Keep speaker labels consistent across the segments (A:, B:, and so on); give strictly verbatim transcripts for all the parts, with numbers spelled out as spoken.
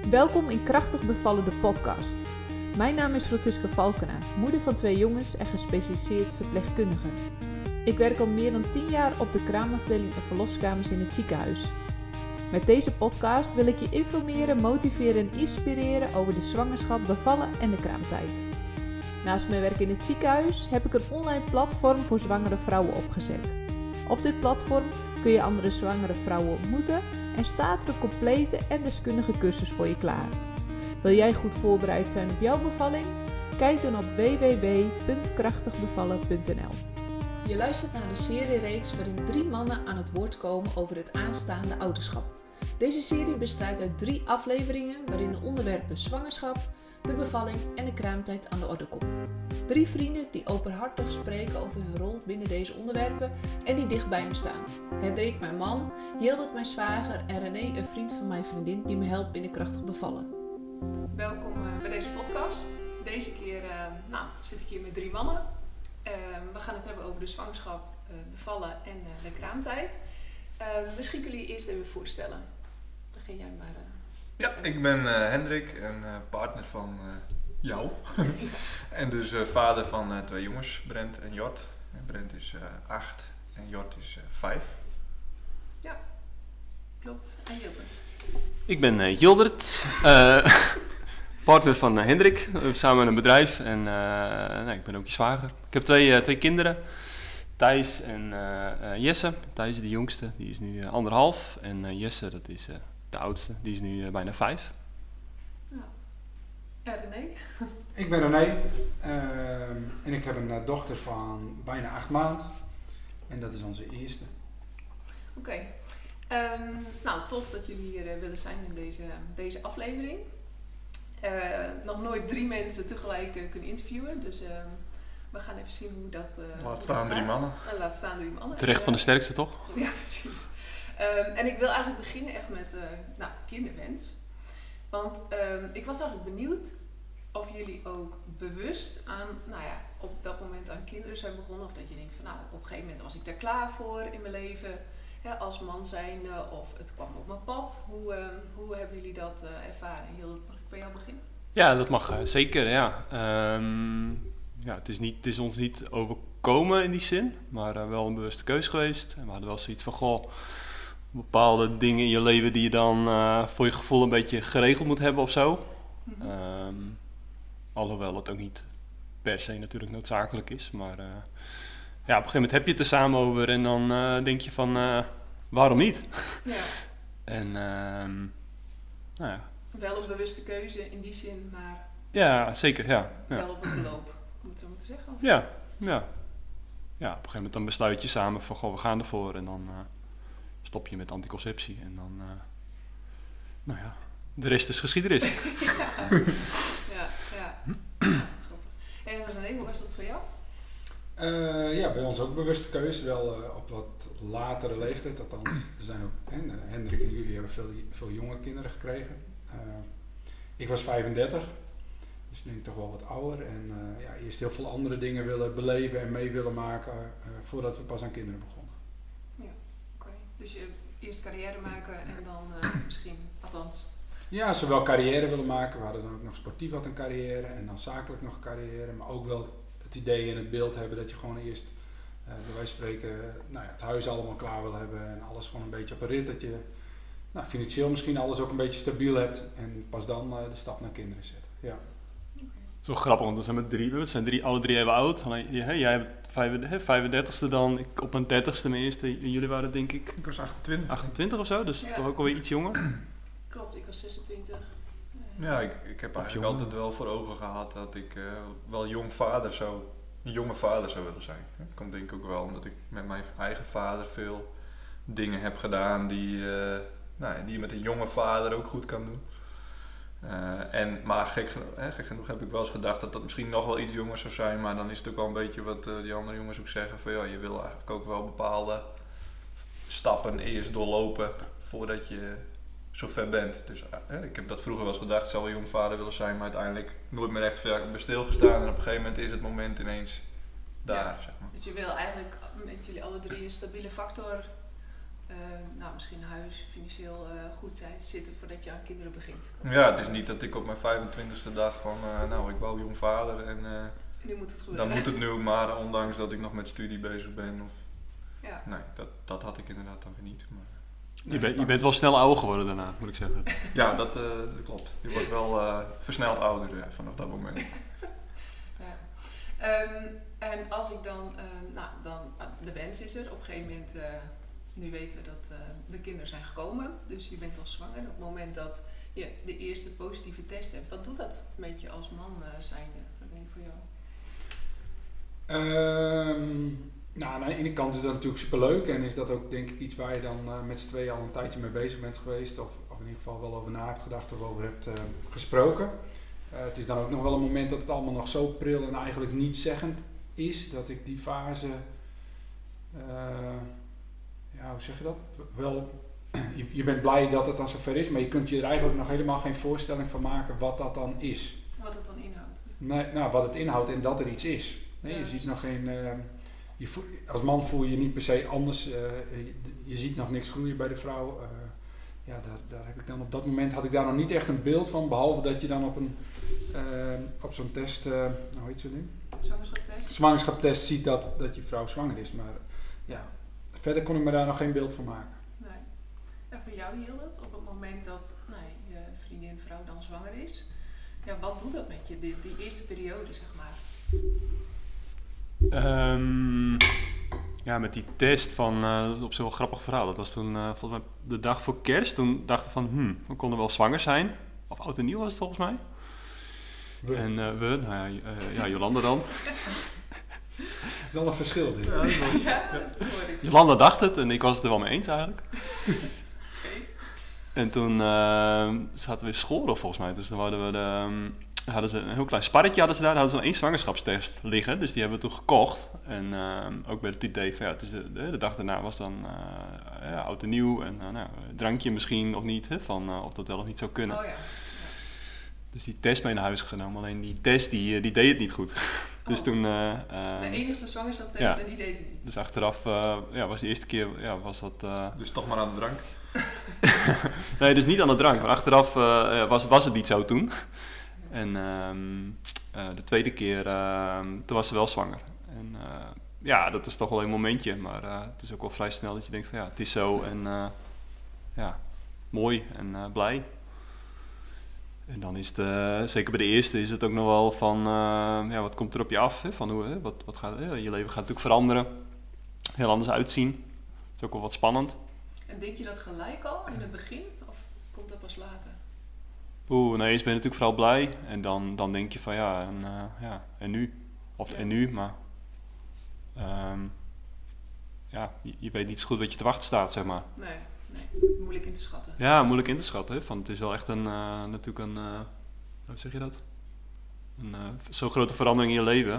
A: Welkom in Krachtig Bevallen, de podcast. Mijn naam is Francisca Valkena, moeder van twee jongens en gespecialiseerd verpleegkundige. Ik werk al meer dan tien jaar op de kraamafdeling en verloskamers in het ziekenhuis. Met deze podcast wil ik je informeren, motiveren en inspireren over de zwangerschap, bevallen en de kraamtijd. Naast mijn werk in het ziekenhuis heb ik een online platform voor zwangere vrouwen opgezet. Op dit platform kun je andere zwangere vrouwen ontmoeten en staat er een complete en deskundige cursus voor je klaar. Wil jij goed voorbereid zijn op jouw bevalling? Kijk dan op w w w punt krachtig bevallen punt n l. Je luistert naar een seriereeks waarin drie mannen aan het woord komen over het aanstaande ouderschap. Deze serie bestaat uit drie afleveringen waarin de onderwerpen zwangerschap, de bevalling en de kraamtijd aan de orde komt. Drie vrienden die openhartig spreken over hun rol binnen deze onderwerpen en die dicht bij me staan. Hendrik, mijn man, Hildert, mijn zwager en René, een vriend van mijn vriendin die me helpt binnen Krachtig Bevallen. Welkom uh, bij deze podcast. Deze keer uh, nou, zit ik hier met drie mannen. Uh, we gaan het hebben over de zwangerschap, uh, bevallen en uh, de kraamtijd. Uh, misschien kunnen jullie eerst even voorstellen. Begin jij maar. Uh,
B: ja, ik ben uh, Hendrik, een uh, partner van uh, jou. en dus uh, vader van uh, twee jongens, Brent en Jort. En Brent is uh, acht en Jort is uh, vijf.
A: Ja, klopt. En Hildert?
C: Ik ben uh, Hildert, uh, partner van uh, Hendrik, uh, samen met een bedrijf en uh, nee, ik ben ook je zwager. Ik heb twee, uh, twee kinderen, Thijs en uh, uh, Jesse. Thijs is de jongste, die is nu uh, anderhalf en uh, Jesse, dat is uh, de oudste, die is nu uh, bijna vijf.
A: Ja. En René?
D: Ik ben René uh, en ik heb een uh, dochter van bijna acht maanden en dat is onze eerste.
A: Oké. Okay. Um, nou, tof dat jullie hier uh, willen zijn in deze, deze aflevering. Uh, nog nooit drie mensen tegelijk uh, kunnen interviewen, dus uh, we gaan even zien hoe dat uh,
B: Laat staan drie mannen.
A: Uh, laat staan drie mannen.
C: Terecht van de sterkste, toch?
A: Ja, precies. Um, en ik wil eigenlijk beginnen echt met uh, nou, kinderwens. Want um, ik was eigenlijk benieuwd of jullie ook bewust aan, nou ja, op dat moment aan kinderen zijn begonnen. Of dat je denkt van nou, op een gegeven moment was ik daar klaar voor in mijn leven. Ja, als man zijnde, of het kwam op mijn pad. Hoe, uh, hoe hebben jullie dat uh, ervaren? Hildert, mag ik bij jou beginnen?
C: Ja, dat mag uh, zeker, ja. Um, ja het, is niet, het is ons niet overkomen in die zin, maar uh, wel een bewuste keus geweest. En we hadden wel zoiets van, goh, bepaalde dingen in je leven die je dan uh, voor je gevoel een beetje geregeld moet hebben of zo. Mm-hmm. Um, alhoewel het ook niet per se natuurlijk noodzakelijk is, maar... Uh, Ja, op een gegeven moment heb je het er samen over en dan uh, denk je van, uh, waarom niet?
A: Ja.
C: en, uh, nou ja.
A: Wel een bewuste keuze in die zin, maar...
C: Ja, zeker, ja. ja.
A: Wel op het beloop, moeten we moeten zeggen? Of?
C: Ja, ja. Ja, op een gegeven moment dan besluit je samen van, goh, we gaan ervoor en dan uh, stop je met anticonceptie en dan, uh, nou ja, de rest is geschiedenis.
A: ja, ja. ja. En René, hoe was dat voor jou?
D: Uh, ja, bij ons ook bewuste keuze, wel uh, op wat latere leeftijd. Althans, er zijn ook, hè, Hendrik en jullie hebben veel, veel jonge kinderen gekregen. Uh, ik was vijfendertig, dus nu toch wel wat ouder. En uh, ja, eerst heel veel andere dingen willen beleven en mee willen maken uh, voordat we pas aan kinderen begonnen.
A: Ja, oké. Okay. Dus je eerst carrière maken en dan uh, misschien, althans...
D: Ja, zowel carrière willen maken. We hadden dan ook nog sportief wat een carrière en dan zakelijk nog een carrière, maar ook wel... het idee en het beeld hebben dat je gewoon eerst, uh, bij wijze van spreken, uh, nou ja, het huis allemaal klaar wil hebben en alles gewoon een beetje op een rit. Dat je nou, financieel misschien alles ook een beetje stabiel hebt en pas dan uh, de stap naar kinderen zetten. Ja.
C: Okay. Zo grappig, want we zijn met drie, we zijn drie, alle drie even oud. Jij hebt vijfendertigste dan, ik op mijn dertigste mijn eerste, en jullie waren denk ik...
B: Ik was achtentwintig.
C: achtentwintig of zo, dus ja. Toch ook alweer iets jonger.
A: Klopt, ik was zesentwintig.
B: Ja, ik, ik heb eigenlijk altijd wel voor ogen gehad dat ik uh, wel jong vader zou, een jonge vader zou willen zijn. Dat komt denk ik ook wel omdat ik met mijn eigen vader veel dingen heb gedaan die, uh, nou, die je met een jonge vader ook goed kan doen. Uh, en, maar gek genoeg, hè, gek genoeg heb ik wel eens gedacht dat dat misschien nog wel iets jonger zou zijn, maar dan is het ook wel een beetje wat uh, die andere jongens ook zeggen van ja, je wil eigenlijk ook wel bepaalde stappen eerst doorlopen voordat je... zo ver bent. Dus eh, ik heb dat vroeger wel eens gedacht, ik zou wel jong vader willen zijn, maar uiteindelijk nooit meer echt ver bij stilgestaan en op een gegeven moment is het moment ineens daar.
A: Ja,
B: zeg maar.
A: Dus je wil eigenlijk met jullie alle drie een stabiele factor uh, nou, misschien een huis financieel uh, goed zijn, zitten voordat je aan kinderen begint.
B: Ja, het is niet dat ik op mijn vijfentwintigste dag van, uh, nou, ik wou jong vader en uh,
A: nu moet het gebeuren.
B: Dan moet het nu maar, ondanks dat ik nog met studie bezig ben. Of,
A: ja.
B: Nee, dat, dat had ik inderdaad dan weer niet. Maar,
C: nee, je, ben, je bent wel snel ouder geworden daarna, moet ik zeggen.
B: Ja, dat, uh, dat klopt. Je wordt wel uh, versneld ouder ja, vanaf dat moment.
A: Ja. Um, en als ik dan, uh, nou, dan, de wens is er. Op een gegeven moment, uh, nu weten we dat uh, de kinderen zijn gekomen. Dus je bent al zwanger. Op het moment dat je de eerste positieve test hebt, wat doet dat met je als man uh, zijnde? Wat denk je voor jou?
D: Um, nou, aan de ene kant is dat natuurlijk superleuk en is dat ook denk ik iets waar je dan uh, met z'n tweeën al een tijdje mee bezig bent geweest. Of, of in ieder geval wel over na hebt gedacht of over hebt uh, gesproken. Uh, het is dan ook nog wel een moment dat het allemaal nog zo pril en eigenlijk nietszeggend is, dat ik die fase, uh, ja, hoe zeg je dat? Wel, je, je bent blij dat het dan zover is, maar je kunt je er eigenlijk nog helemaal geen voorstelling van maken wat dat dan is.
A: Wat het dan inhoudt?
D: Nee, nou, wat het inhoudt en dat er iets is. Nee,
A: ja,
D: je ziet nog geen, uh, je voel, als man voel je je niet per se anders, uh, je, je ziet nog niks groeien bij de vrouw. Uh, ja, daar, daar heb ik dan op dat moment had ik daar nog niet echt een beeld van, behalve dat je dan op een uh, op zo'n test, uh, hoe heet zo'n ding?
A: Zwangerschapstest.
D: Zwangerschapstest ziet dat, dat je vrouw zwanger is, maar ja, verder kon ik me daar nog geen beeld van maken.
A: Nee. En voor jou hield het op het moment dat nee, je vriendin, vrouw dan zwanger is. Ja, wat doet dat met je, die, die eerste periode, zeg maar?
C: Um, ja, met die test van, uh, op zo'n grappig verhaal. Dat was toen, uh, volgens mij de dag voor kerst. Toen dachten we van, hmm, we konden wel zwanger zijn. Of oud en nieuw was het volgens mij.
D: We.
C: En uh, we, nou ja, uh, ja, Jolanda dan.
D: Het is al een verschil dit.
A: Ja, ja, dat hoor ik.
C: Jolanda dacht het en ik was het er wel mee eens eigenlijk.
A: Okay.
C: En toen uh, zaten we in school volgens mij. Dus dan hadden we de... Um, hadden ze een heel klein sparretje hadden ze daar, hadden ze dan één zwangerschapstest liggen, dus die hebben we toen gekocht. En uh, ook met het idee van ja, het is de, de, de dag daarna was dan uh, ja, oud en nieuw en uh, nou, drankje misschien of niet, hè, van uh, of dat wel of niet zou kunnen.
A: Oh, ja. Ja.
C: Dus die test mee naar huis genomen, alleen die test die, die deed het niet goed. dus
A: oh.
C: toen... Uh, uh,
A: de enigste zwangerschapstest ja. En die deed het niet.
C: Dus achteraf uh, ja, was de eerste keer, ja, was dat... Uh,
B: dus toch maar aan de drank?
C: nee, dus niet aan de drank, maar achteraf uh, was, was het niet zo toen. En um, uh, de tweede keer, uh, toen was ze wel zwanger. En uh, ja, dat is toch wel een momentje, maar uh, het is ook wel vrij snel dat je denkt van ja, het is zo en uh, ja, mooi en uh, blij. En dan is het, uh, zeker bij de eerste, is het ook nog wel van, uh, ja, wat komt er op je af? Hè? Van hoe, hè? Wat, wat gaat, hè? Je leven gaat natuurlijk veranderen, heel anders uitzien. Het is ook wel wat spannend.
A: En denk je dat gelijk al in het begin, of komt dat pas later?
C: Oeh, nee, eerst ben je natuurlijk vooral blij en dan, dan denk je van ja, en, uh, ja, en nu? Of ja. en nu, maar um, ja, je, je weet niet zo goed wat je te wachten staat, zeg maar.
A: Nee, nee, moeilijk in te schatten.
C: Ja, moeilijk in te schatten, hè? Van, het is wel echt een, uh, natuurlijk een, uh, hoe zeg je dat? Een uh, zo'n grote verandering in je leven.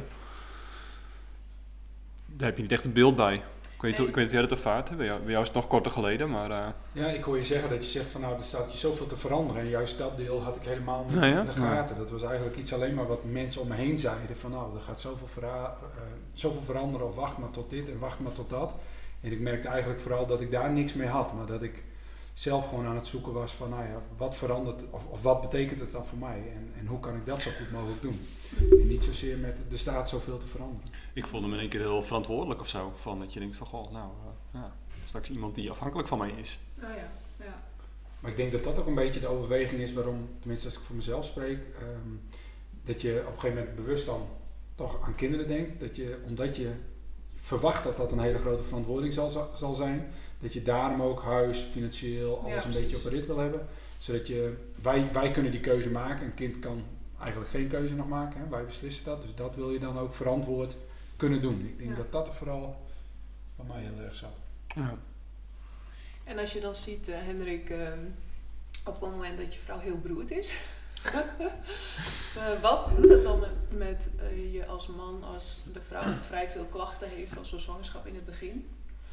C: Daar heb je niet echt een beeld bij. Ik weet, nee. ik weet niet hoe jij dat ervaart. Bij jou, bij jou is het nog korter geleden, maar... Uh...
D: Ja, ik hoor je zeggen dat je zegt van nou, er staat je zoveel te veranderen. En juist dat deel had ik helemaal niet
C: nee, ja?
D: in de gaten. Dat was eigenlijk iets alleen maar wat mensen om me heen zeiden. Van nou, er gaat zoveel, vera- uh, zoveel veranderen of wacht maar tot dit en wacht maar tot dat. En ik merkte eigenlijk vooral dat ik daar niks mee had. Maar dat ik zelf gewoon aan het zoeken was van nou ja, wat verandert of, of wat betekent het dan voor mij? En, en hoe kan ik dat zo goed mogelijk doen? En niet zozeer met er staat zoveel te veranderen.
C: Ik voelde me in één keer heel verantwoordelijk of zo. Van dat je denkt van goh, nou, uh, ja, straks iemand die afhankelijk van mij is.
A: Oh ja, ja.
D: Maar ik denk dat dat ook een beetje de overweging is waarom, tenminste als ik voor mezelf spreek, um, dat je op een gegeven moment bewust dan toch aan kinderen denkt. Dat je, omdat je verwacht dat dat een hele grote verantwoording zal, zal zijn, dat je daarom ook huis, financieel, alles ja, een beetje op een rit wil hebben. Zodat je, wij, wij kunnen die keuze maken, een kind kan eigenlijk geen keuze nog maken, hè? Wij beslissen dat. Dus dat wil je dan ook verantwoord kunnen doen. Ik denk ja. dat dat er vooral bij mij heel erg zat.
C: Ja.
A: En als je dan ziet, uh, Hendrik, uh, op het moment dat je vrouw heel beroerd is, uh, wat doet dat dan met, met uh, je als man, als de vrouw vrij veel klachten heeft van zo'n zwangerschap in het begin?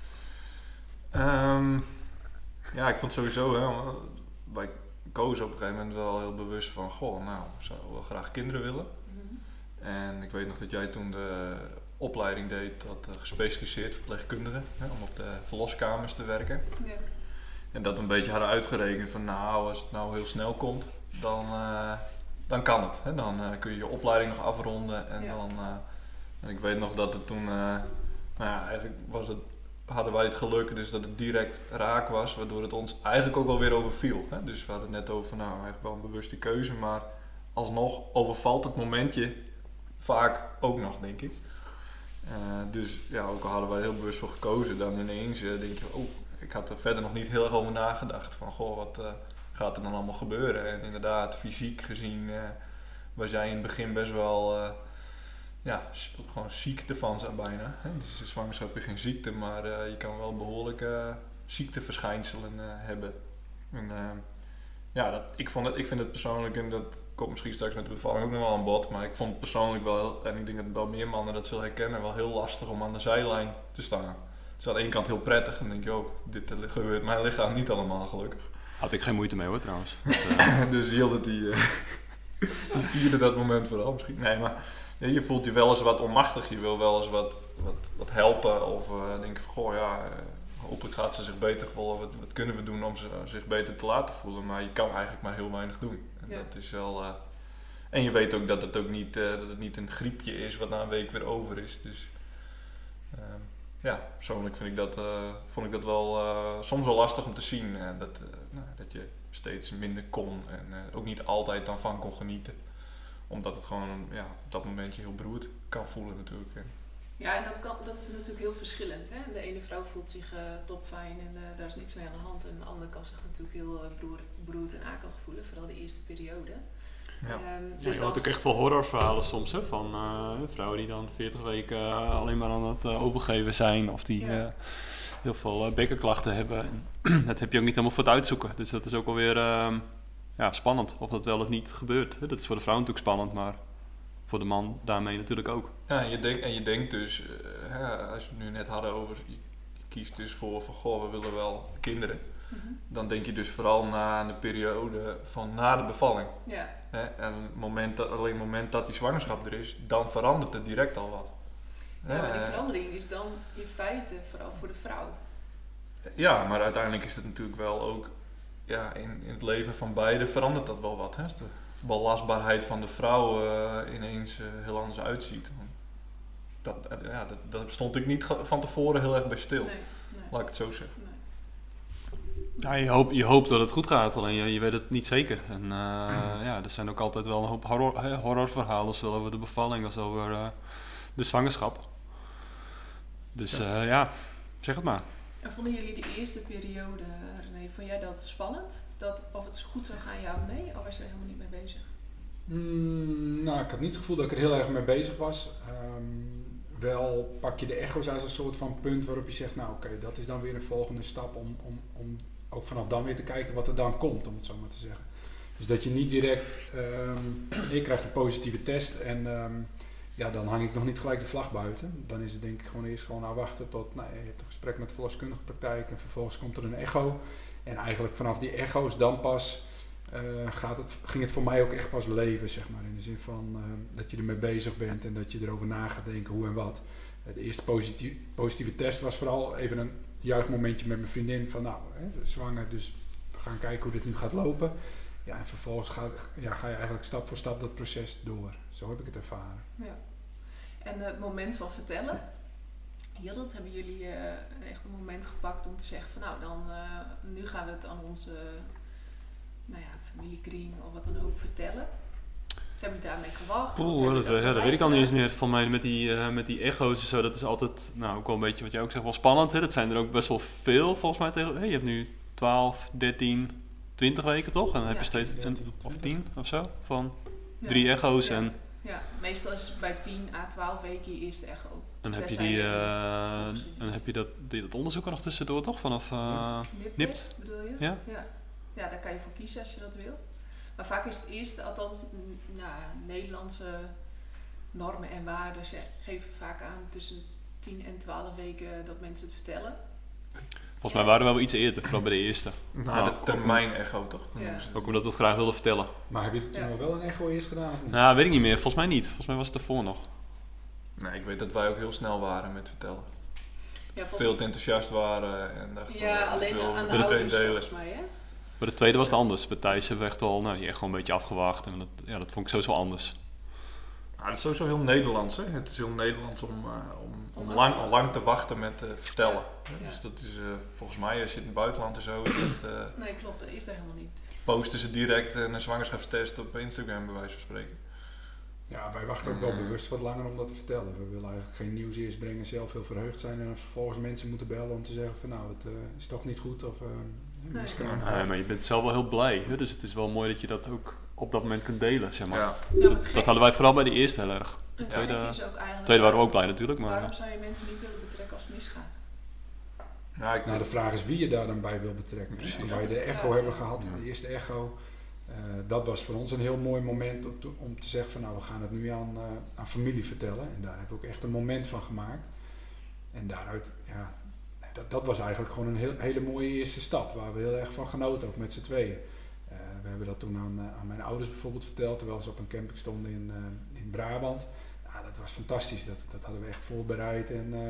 B: Um, ja, ik vond sowieso, hè, wij kozen op een gegeven moment wel heel bewust van, goh, nou, ik zou wel graag kinderen willen. Mm-hmm. En ik weet nog dat jij toen de opleiding deed tot uh, gespecialiseerd verpleegkundige, hè, om op de verloskamers te werken. Ja. En dat een beetje hadden uitgerekend van nou, als het nou heel snel komt, dan, uh, dan kan het. Hè. Dan uh, kun je je opleiding nog afronden en ja. dan... Uh, en ik weet nog dat het toen, uh, nou ja, eigenlijk was het, hadden wij het geluk dus dat het direct raak was, waardoor het ons eigenlijk ook wel weer overviel. Hè. Dus we hadden het net over van nou, eigenlijk wel een bewuste keuze, maar alsnog overvalt het momentje vaak ook nog, denk ik. Uh, dus ja, ook al hadden wij heel bewust voor gekozen, dan ineens uh, denk je, oh, ik had er verder nog niet heel erg over nagedacht. Van goh, wat uh, gaat er dan allemaal gebeuren? En inderdaad, fysiek gezien, uh, we zijn in het begin best wel, uh, ja, gewoon ziek ervan zijn bijna. Hè? Dus de zwangerschap is geen ziekte, maar uh, je kan wel behoorlijke uh, ziekteverschijnselen uh, hebben. En, uh, ja, dat, ik, vond het, ik vind het persoonlijk, en dat komt misschien straks met de bevalling ook nog wel aan bod, maar ik vond het persoonlijk wel, en ik denk dat wel meer mannen dat zullen herkennen, wel heel lastig om aan de zijlijn te staan. Dus aan de ene kant heel prettig, en denk je, oh, dit gebeurt mijn lichaam niet allemaal gelukkig.
C: Had ik geen moeite mee hoor trouwens.
B: Dus je hield het die, uh, die vierde dat moment vooral misschien. Nee, maar ja, je voelt je wel eens wat onmachtig, je wil wel eens wat, wat, wat helpen of uh, denk van, goh ja, uh, hopelijk gaat ze zich beter voelen, wat, wat kunnen we doen om ze uh, zich beter te laten voelen, maar je kan eigenlijk maar heel weinig doen. En ja. dat is wel... Uh, en je weet ook dat het ook niet, uh, dat het niet een griepje is wat na een week weer over is. Dus uh, ja, persoonlijk vind ik dat, uh, vond ik dat wel uh, soms wel lastig om te zien. Uh, dat, uh, nou, dat je steeds minder kon en uh, ook niet altijd dan van kon genieten. Omdat het gewoon ja, op dat moment je heel beroerd kan voelen natuurlijk.
A: Ja, en dat, kan, dat is natuurlijk heel verschillend. Hè? De ene vrouw voelt zich uh, topfijn en uh, daar is niks mee aan de hand. En de andere kan zich natuurlijk heel uh, beroerd, beroerd en akelig voelen, vooral de eerste periode.
C: Ja. Um, dus ja, je hoort ook echt wel horrorverhalen soms, hè, van uh, vrouwen die dan veertig weken uh, alleen maar aan het uh, overgeven zijn of die ja. uh, heel veel uh, bekkenklachten hebben. En dat heb je ook niet helemaal voor het uitzoeken. Dus dat is ook alweer uh, ja, spannend of dat wel of niet gebeurt. Hè. Dat is voor de vrouw natuurlijk spannend, maar voor de man daarmee natuurlijk ook.
B: Ja, en je, denk, en je denkt dus, uh, ja, als we het nu net hadden over, je kiest dus voor van goh, we willen wel kinderen. Mm-hmm. Dan denk je dus vooral na de periode van na de bevalling. Ja. Hè? En het moment dat, alleen het moment dat die zwangerschap er is, dan verandert er direct al wat.
A: Ja, maar die verandering is dan in feite vooral voor de vrouw.
B: Ja, maar uiteindelijk is het natuurlijk wel ook, ja, in, in het leven van beide verandert dat wel wat. Hè? Als de belastbaarheid van de vrouw uh, ineens uh, heel anders uitziet. Dat, uh, ja, dat, dat stond ik niet van tevoren heel erg bij stil. Nee, nee. Laat ik het zo zeggen. Nee.
C: Ja, je, hoop, je hoopt dat het goed gaat, alleen je, je weet het niet zeker. En uh, ja, er zijn ook altijd wel een hoop horror, hè, horrorverhalen, zowel over de bevalling als over uh, de zwangerschap. Dus ja. Uh, ja, zeg het maar.
A: En vonden jullie de eerste periode, René, vond jij dat spannend? Dat of het goed zou gaan, ja of nee? Of was je er helemaal niet mee bezig?
D: Mm, nou, ik had niet het gevoel dat ik er heel erg mee bezig was. Um, wel pak je de echo's als een soort van punt waarop je zegt, nou oké, okay, dat is dan weer een volgende stap om, om, om ook vanaf dan weer te kijken wat er dan komt, om het zo maar te zeggen. Dus dat je niet direct, um, je krijgt een positieve test en um, ja, dan hang ik nog niet gelijk de vlag buiten. Dan is het denk ik gewoon eerst gewoon afwachten tot, nou, je hebt een gesprek met de verloskundige praktijk en vervolgens komt er een echo. En eigenlijk vanaf die echo's dan pas uh, gaat het, ging het voor mij ook echt pas leven, zeg maar. In de zin van uh, dat je ermee bezig bent en dat je erover na gaat denken hoe en wat. Uh, de eerste positieve, positieve test was vooral even een juichmomentje met mijn vriendin van nou, hè, zwanger, dus we gaan kijken hoe dit nu gaat lopen. Ja, en vervolgens gaat, ja, ga je eigenlijk stap voor stap dat proces door. Zo heb ik het ervaren.
A: Ja. En het moment van vertellen, Hilde, hebben jullie uh, echt een moment gepakt om te zeggen van nou, dan uh, nu gaan we het aan onze uh, nou ja, familiekring of wat dan ook vertellen. Hebben jullie daarmee gewacht?
C: Oeh, dat, dat, ja, dat weet ik al niet eens meer. Van mij met die, uh, met die echo's en zo, dat is altijd, nou ook wel een beetje wat jij ook zegt, wel spannend. Hè? Dat zijn er ook best wel veel volgens mij tegen. Hey, je hebt nu twaalf, dertien, twintig weken toch? En dan ja. heb je steeds een, of tien of zo van ja. drie echo's.
A: Ja.
C: En
A: ja, meestal is het bij tien à twaalf weken je eerste echo.
C: En heb je die, uh, en heb je dat, die, dat onderzoek er nog tussendoor toch? Vanaf uh,
A: Niptest bedoel je?
C: Ja.
A: ja. Ja, daar kan je voor kiezen als je dat wil. Maar vaak is het eerste, althans nou, Nederlandse normen en waarden ze geven vaak aan tussen tien en twaalf weken dat mensen het vertellen.
C: Volgens mij waren we wel iets eerder, vooral bij de eerste.
B: Na nou, de termijn-echo toch?
A: Ja.
C: Ook omdat we het graag wilden vertellen.
D: Maar heb je toen ja. wel een echo eerst gedaan of niet?
C: Nou, weet ik niet meer. Volgens mij niet. Volgens mij was het ervoor nog.
B: Nee, ik weet dat wij ook heel snel waren met vertellen.
A: Ja,
B: Veel te enthousiast waren en dachten
A: ja,
B: van,
A: alleen
B: wil
A: aan de
B: iedereen
A: ouders
B: delen.
A: volgens mij, hè?
C: Bij de tweede was het anders. Bij Thijs hebben we echt wel, nou, die echt gewoon een beetje afgewacht. En dat, ja, dat vond ik sowieso anders.
B: Ja, dat is sowieso heel Nederlands. Hè? Het is heel Nederlands om, uh, om,
A: Om
B: om
A: af
B: lang,
A: te wachten.
B: lang te wachten met uh, vertellen.
A: Ja,
B: Ja,
A: ja.
B: Dus dat is uh, volgens mij, als je in het buitenland en zo, is dat, uh,
A: Nee, klopt, dat is er helemaal niet.
B: posten ze direct uh, een zwangerschapstest op Instagram, bij wijze van spreken.
D: Ja, wij wachten ook wel bewust wat langer om dat te vertellen. We willen eigenlijk geen nieuws eerst brengen, zelf heel verheugd zijn en dan vervolgens mensen moeten bellen om te zeggen van nou, het uh, is toch niet goed of uh,
A: Nee.
D: miskraam
C: Ja,
D: gehad.
C: maar je bent zelf wel heel blij. Hè? Dus het is wel mooi dat je dat ook op dat moment kunt delen, zeg maar.
B: Ja.
A: Ja,
C: Dat, dat hadden wij vooral bij de eerste heel erg.
A: Het
C: tweede-
A: tweede is ook eigenlijk...
C: Tweede waren we ook blij natuurlijk, maar...
A: Waarom zou je mensen niet willen betrekken als het misgaat?
B: Ja, ik
D: Nou, de vraag is wie je daar dan bij wil betrekken.
B: Precies.
D: Toen
A: Dat
D: wij
A: is
D: de
A: de
D: echo
A: vraag,
D: hebben
A: ja.
D: gehad,
C: Ja.
D: de eerste echo, uh, dat was voor ons een heel mooi moment om te, om te zeggen van nou, we gaan het nu aan, uh, aan familie vertellen. En daar hebben we ook echt een moment van gemaakt. En daaruit, ja, dat, dat was eigenlijk gewoon een heel, hele mooie eerste stap, waar we heel erg van genoten, ook met z'n tweeën. Uh, we hebben dat toen aan, uh, aan mijn ouders bijvoorbeeld verteld, terwijl ze op een camping stonden in, uh, in Brabant. Ja, dat was fantastisch, dat, dat hadden we echt voorbereid. En uh,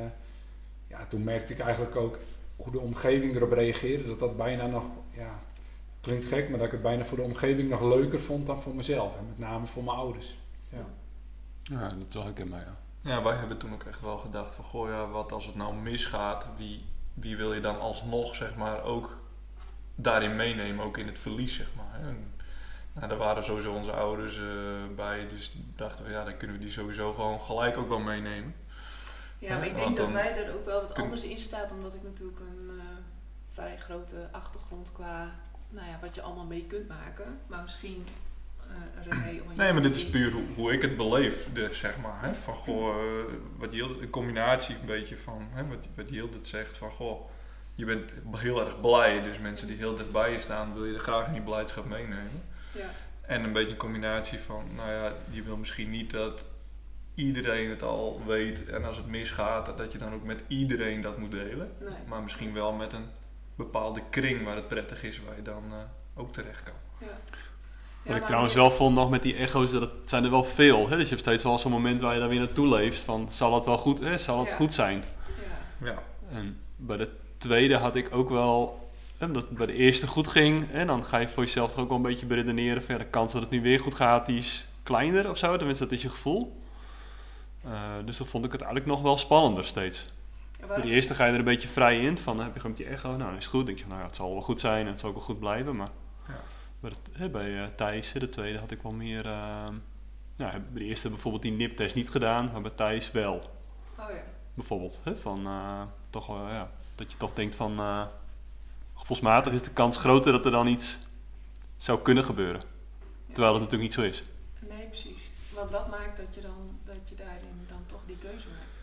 D: ja, toen merkte ik eigenlijk ook hoe de omgeving erop reageerde, dat dat bijna nog, ja, klinkt gek, maar dat ik het bijna voor de omgeving nog leuker vond dan voor mezelf. En met name voor mijn ouders. Ja.
C: Ja, dat is wel herkenbaar, ja.
B: Ja, wij hebben toen ook echt wel gedacht van, goh ja, wat als het nou misgaat, wie, wie wil je dan alsnog, zeg maar, ook daarin meenemen, ook in het verlies, zeg maar. Hè? En, nou, daar waren sowieso onze ouders uh, bij, dus dachten we, ja, dan kunnen we die sowieso gewoon gelijk ook wel meenemen.
A: Ja, maar ik
B: Ja,
A: denk
B: want
A: dat
B: dan
A: wij er ook wel wat
B: kun-
A: anders in staat, omdat ik natuurlijk een uh, vrij grote achtergrond qua, nou ja, wat je allemaal mee kunt maken. Maar misschien uh, René... of
B: Nee, maar dit is
A: die-
B: puur hoe, hoe ik het beleef, dus, zeg maar. Hè? Van, goh, uh, wat Jilde, een combinatie een beetje van, hè, wat, wat Jilde het zegt, van, goh, je bent heel erg blij, dus mensen die heel dicht bij je staan, wil je er graag in die blijdschap meenemen.
A: Ja,
B: En een beetje een combinatie van, nou ja, je wil misschien niet dat iedereen het al weet en als het misgaat, dat je dan ook met iedereen dat moet delen.
A: nee.
B: Maar misschien wel met een bepaalde kring waar het prettig is, waar je dan uh, ook terecht kan.
A: Ja.
C: Wat
A: Ja,
C: ik
A: maar
C: trouwens
A: meer-
C: wel vond nog met die echo's, dat het zijn er wel veel. Hè? Dus je hebt steeds wel zo'n moment waar je daar weer naartoe leeft van, zal het wel goed, hè? Zal het
A: Ja.
C: goed zijn?
A: Ja,
B: Ja,
C: En bij de tweede had ik ook wel, hè, dat het bij de eerste goed ging, en dan ga je voor jezelf toch ook wel een beetje beredeneren van, ja, de kans dat het nu weer goed gaat, die is kleiner of zo, tenminste dat is je gevoel. Uh, dus dan vond ik het eigenlijk nog wel spannender steeds.
A: En
C: Bij
A: waarom-
C: de eerste ga je er een beetje vrij in, van dan heb je gewoon met je echo, nou dan is het goed, dan denk je, nou ja, het zal wel goed zijn en het zal ook wel goed blijven, maar
B: Ja.
C: bij, het, hè, bij uh, Thijs, hè, de tweede, had ik wel meer, uh, nou, bij de eerste bijvoorbeeld die niptest niet gedaan, maar bij Thijs wel.
A: Oh ja.
C: Bijvoorbeeld, hè, van uh, toch wel, ja, dat je toch denkt van, uh, gevoelsmatig is de kans groter dat er dan iets zou kunnen gebeuren. Terwijl het natuurlijk niet zo is.
A: Nee, precies. Want wat maakt dat je dan dat je daarin dan toch die keuze maakt?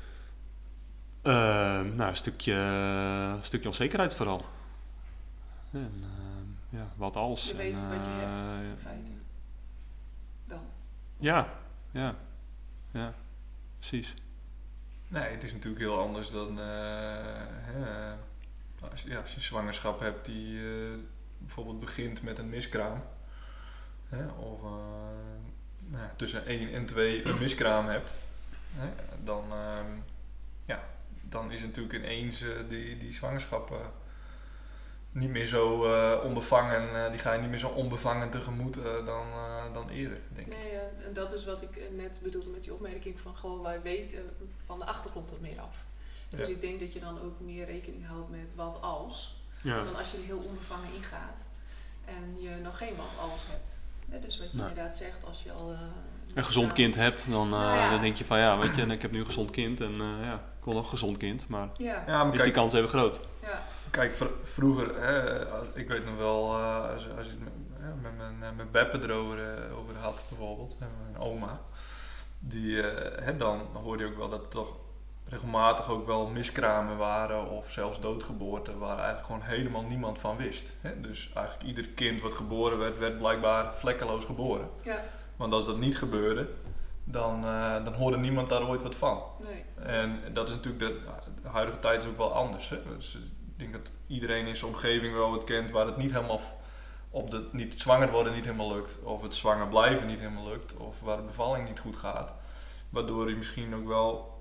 C: Uh, nou, een stukje, een stukje onzekerheid vooral. En, uh, ja, wat als.
A: Je weet
C: en,
A: wat je hebt,
C: uh,
A: in feite. Dan.
C: Ja, ja, ja, precies.
B: nee, het is natuurlijk heel anders dan uh, hè, als, ja, als je zwangerschap hebt die uh, bijvoorbeeld begint met een miskraam. Hè, of uh, nou, ja, tussen één en twee een miskraam hebt. Hè, dan, uh, ja, dan is natuurlijk ineens uh, die, die zwangerschap uh, niet meer zo uh, onbevangen. Uh, die ga je niet meer zo onbevangen tegemoet uh, dan, uh, dan eerder, denk ik.
A: Nee, uh, en dat is wat ik uh, net bedoelde met die opmerking van gewoon wij weten uh, van de achtergrond wat meer af. Dus
B: Ja.
A: ik denk dat je dan ook meer rekening houdt met wat als.
C: Ja.
A: Dan als je er heel onbevangen ingaat en je nog geen wat als hebt. Ja, dus wat je
C: Nee.
A: inderdaad zegt, als je al... Uh,
C: Een gezond kind hebt, dan, uh,
A: Nou ja.
C: dan denk je van ja, weet je, ik heb nu een gezond kind en uh, ja, ik wil nog een gezond kind, maar
A: Ja,
B: Ja, maar
C: is die kans even groot?
A: ja,
B: Kijk, vr- vroeger, hè, als- ik weet nog wel, uh, als, als je het met, hè, met mijn, mijn Beppe erover uh, over had bijvoorbeeld, hè, mijn oma, die, uh, hè, dan hoorde je ook wel dat er toch regelmatig ook wel miskramen waren of zelfs doodgeboorten waar eigenlijk gewoon helemaal niemand van wist. Hè. Dus eigenlijk ieder kind wat geboren werd, werd blijkbaar vlekkeloos geboren.
A: ja,
B: Want als dat niet gebeurde, dan, uh, dan hoorde niemand daar ooit wat van.
A: nee.
B: En dat is natuurlijk, de, de huidige tijd is ook wel anders. Hè? Dus ik denk dat iedereen in zijn omgeving wel wat kent waar het niet helemaal, f- op de, niet zwanger worden niet helemaal lukt. Of het zwanger blijven niet helemaal lukt. Of waar de bevalling niet goed gaat. Waardoor je misschien ook wel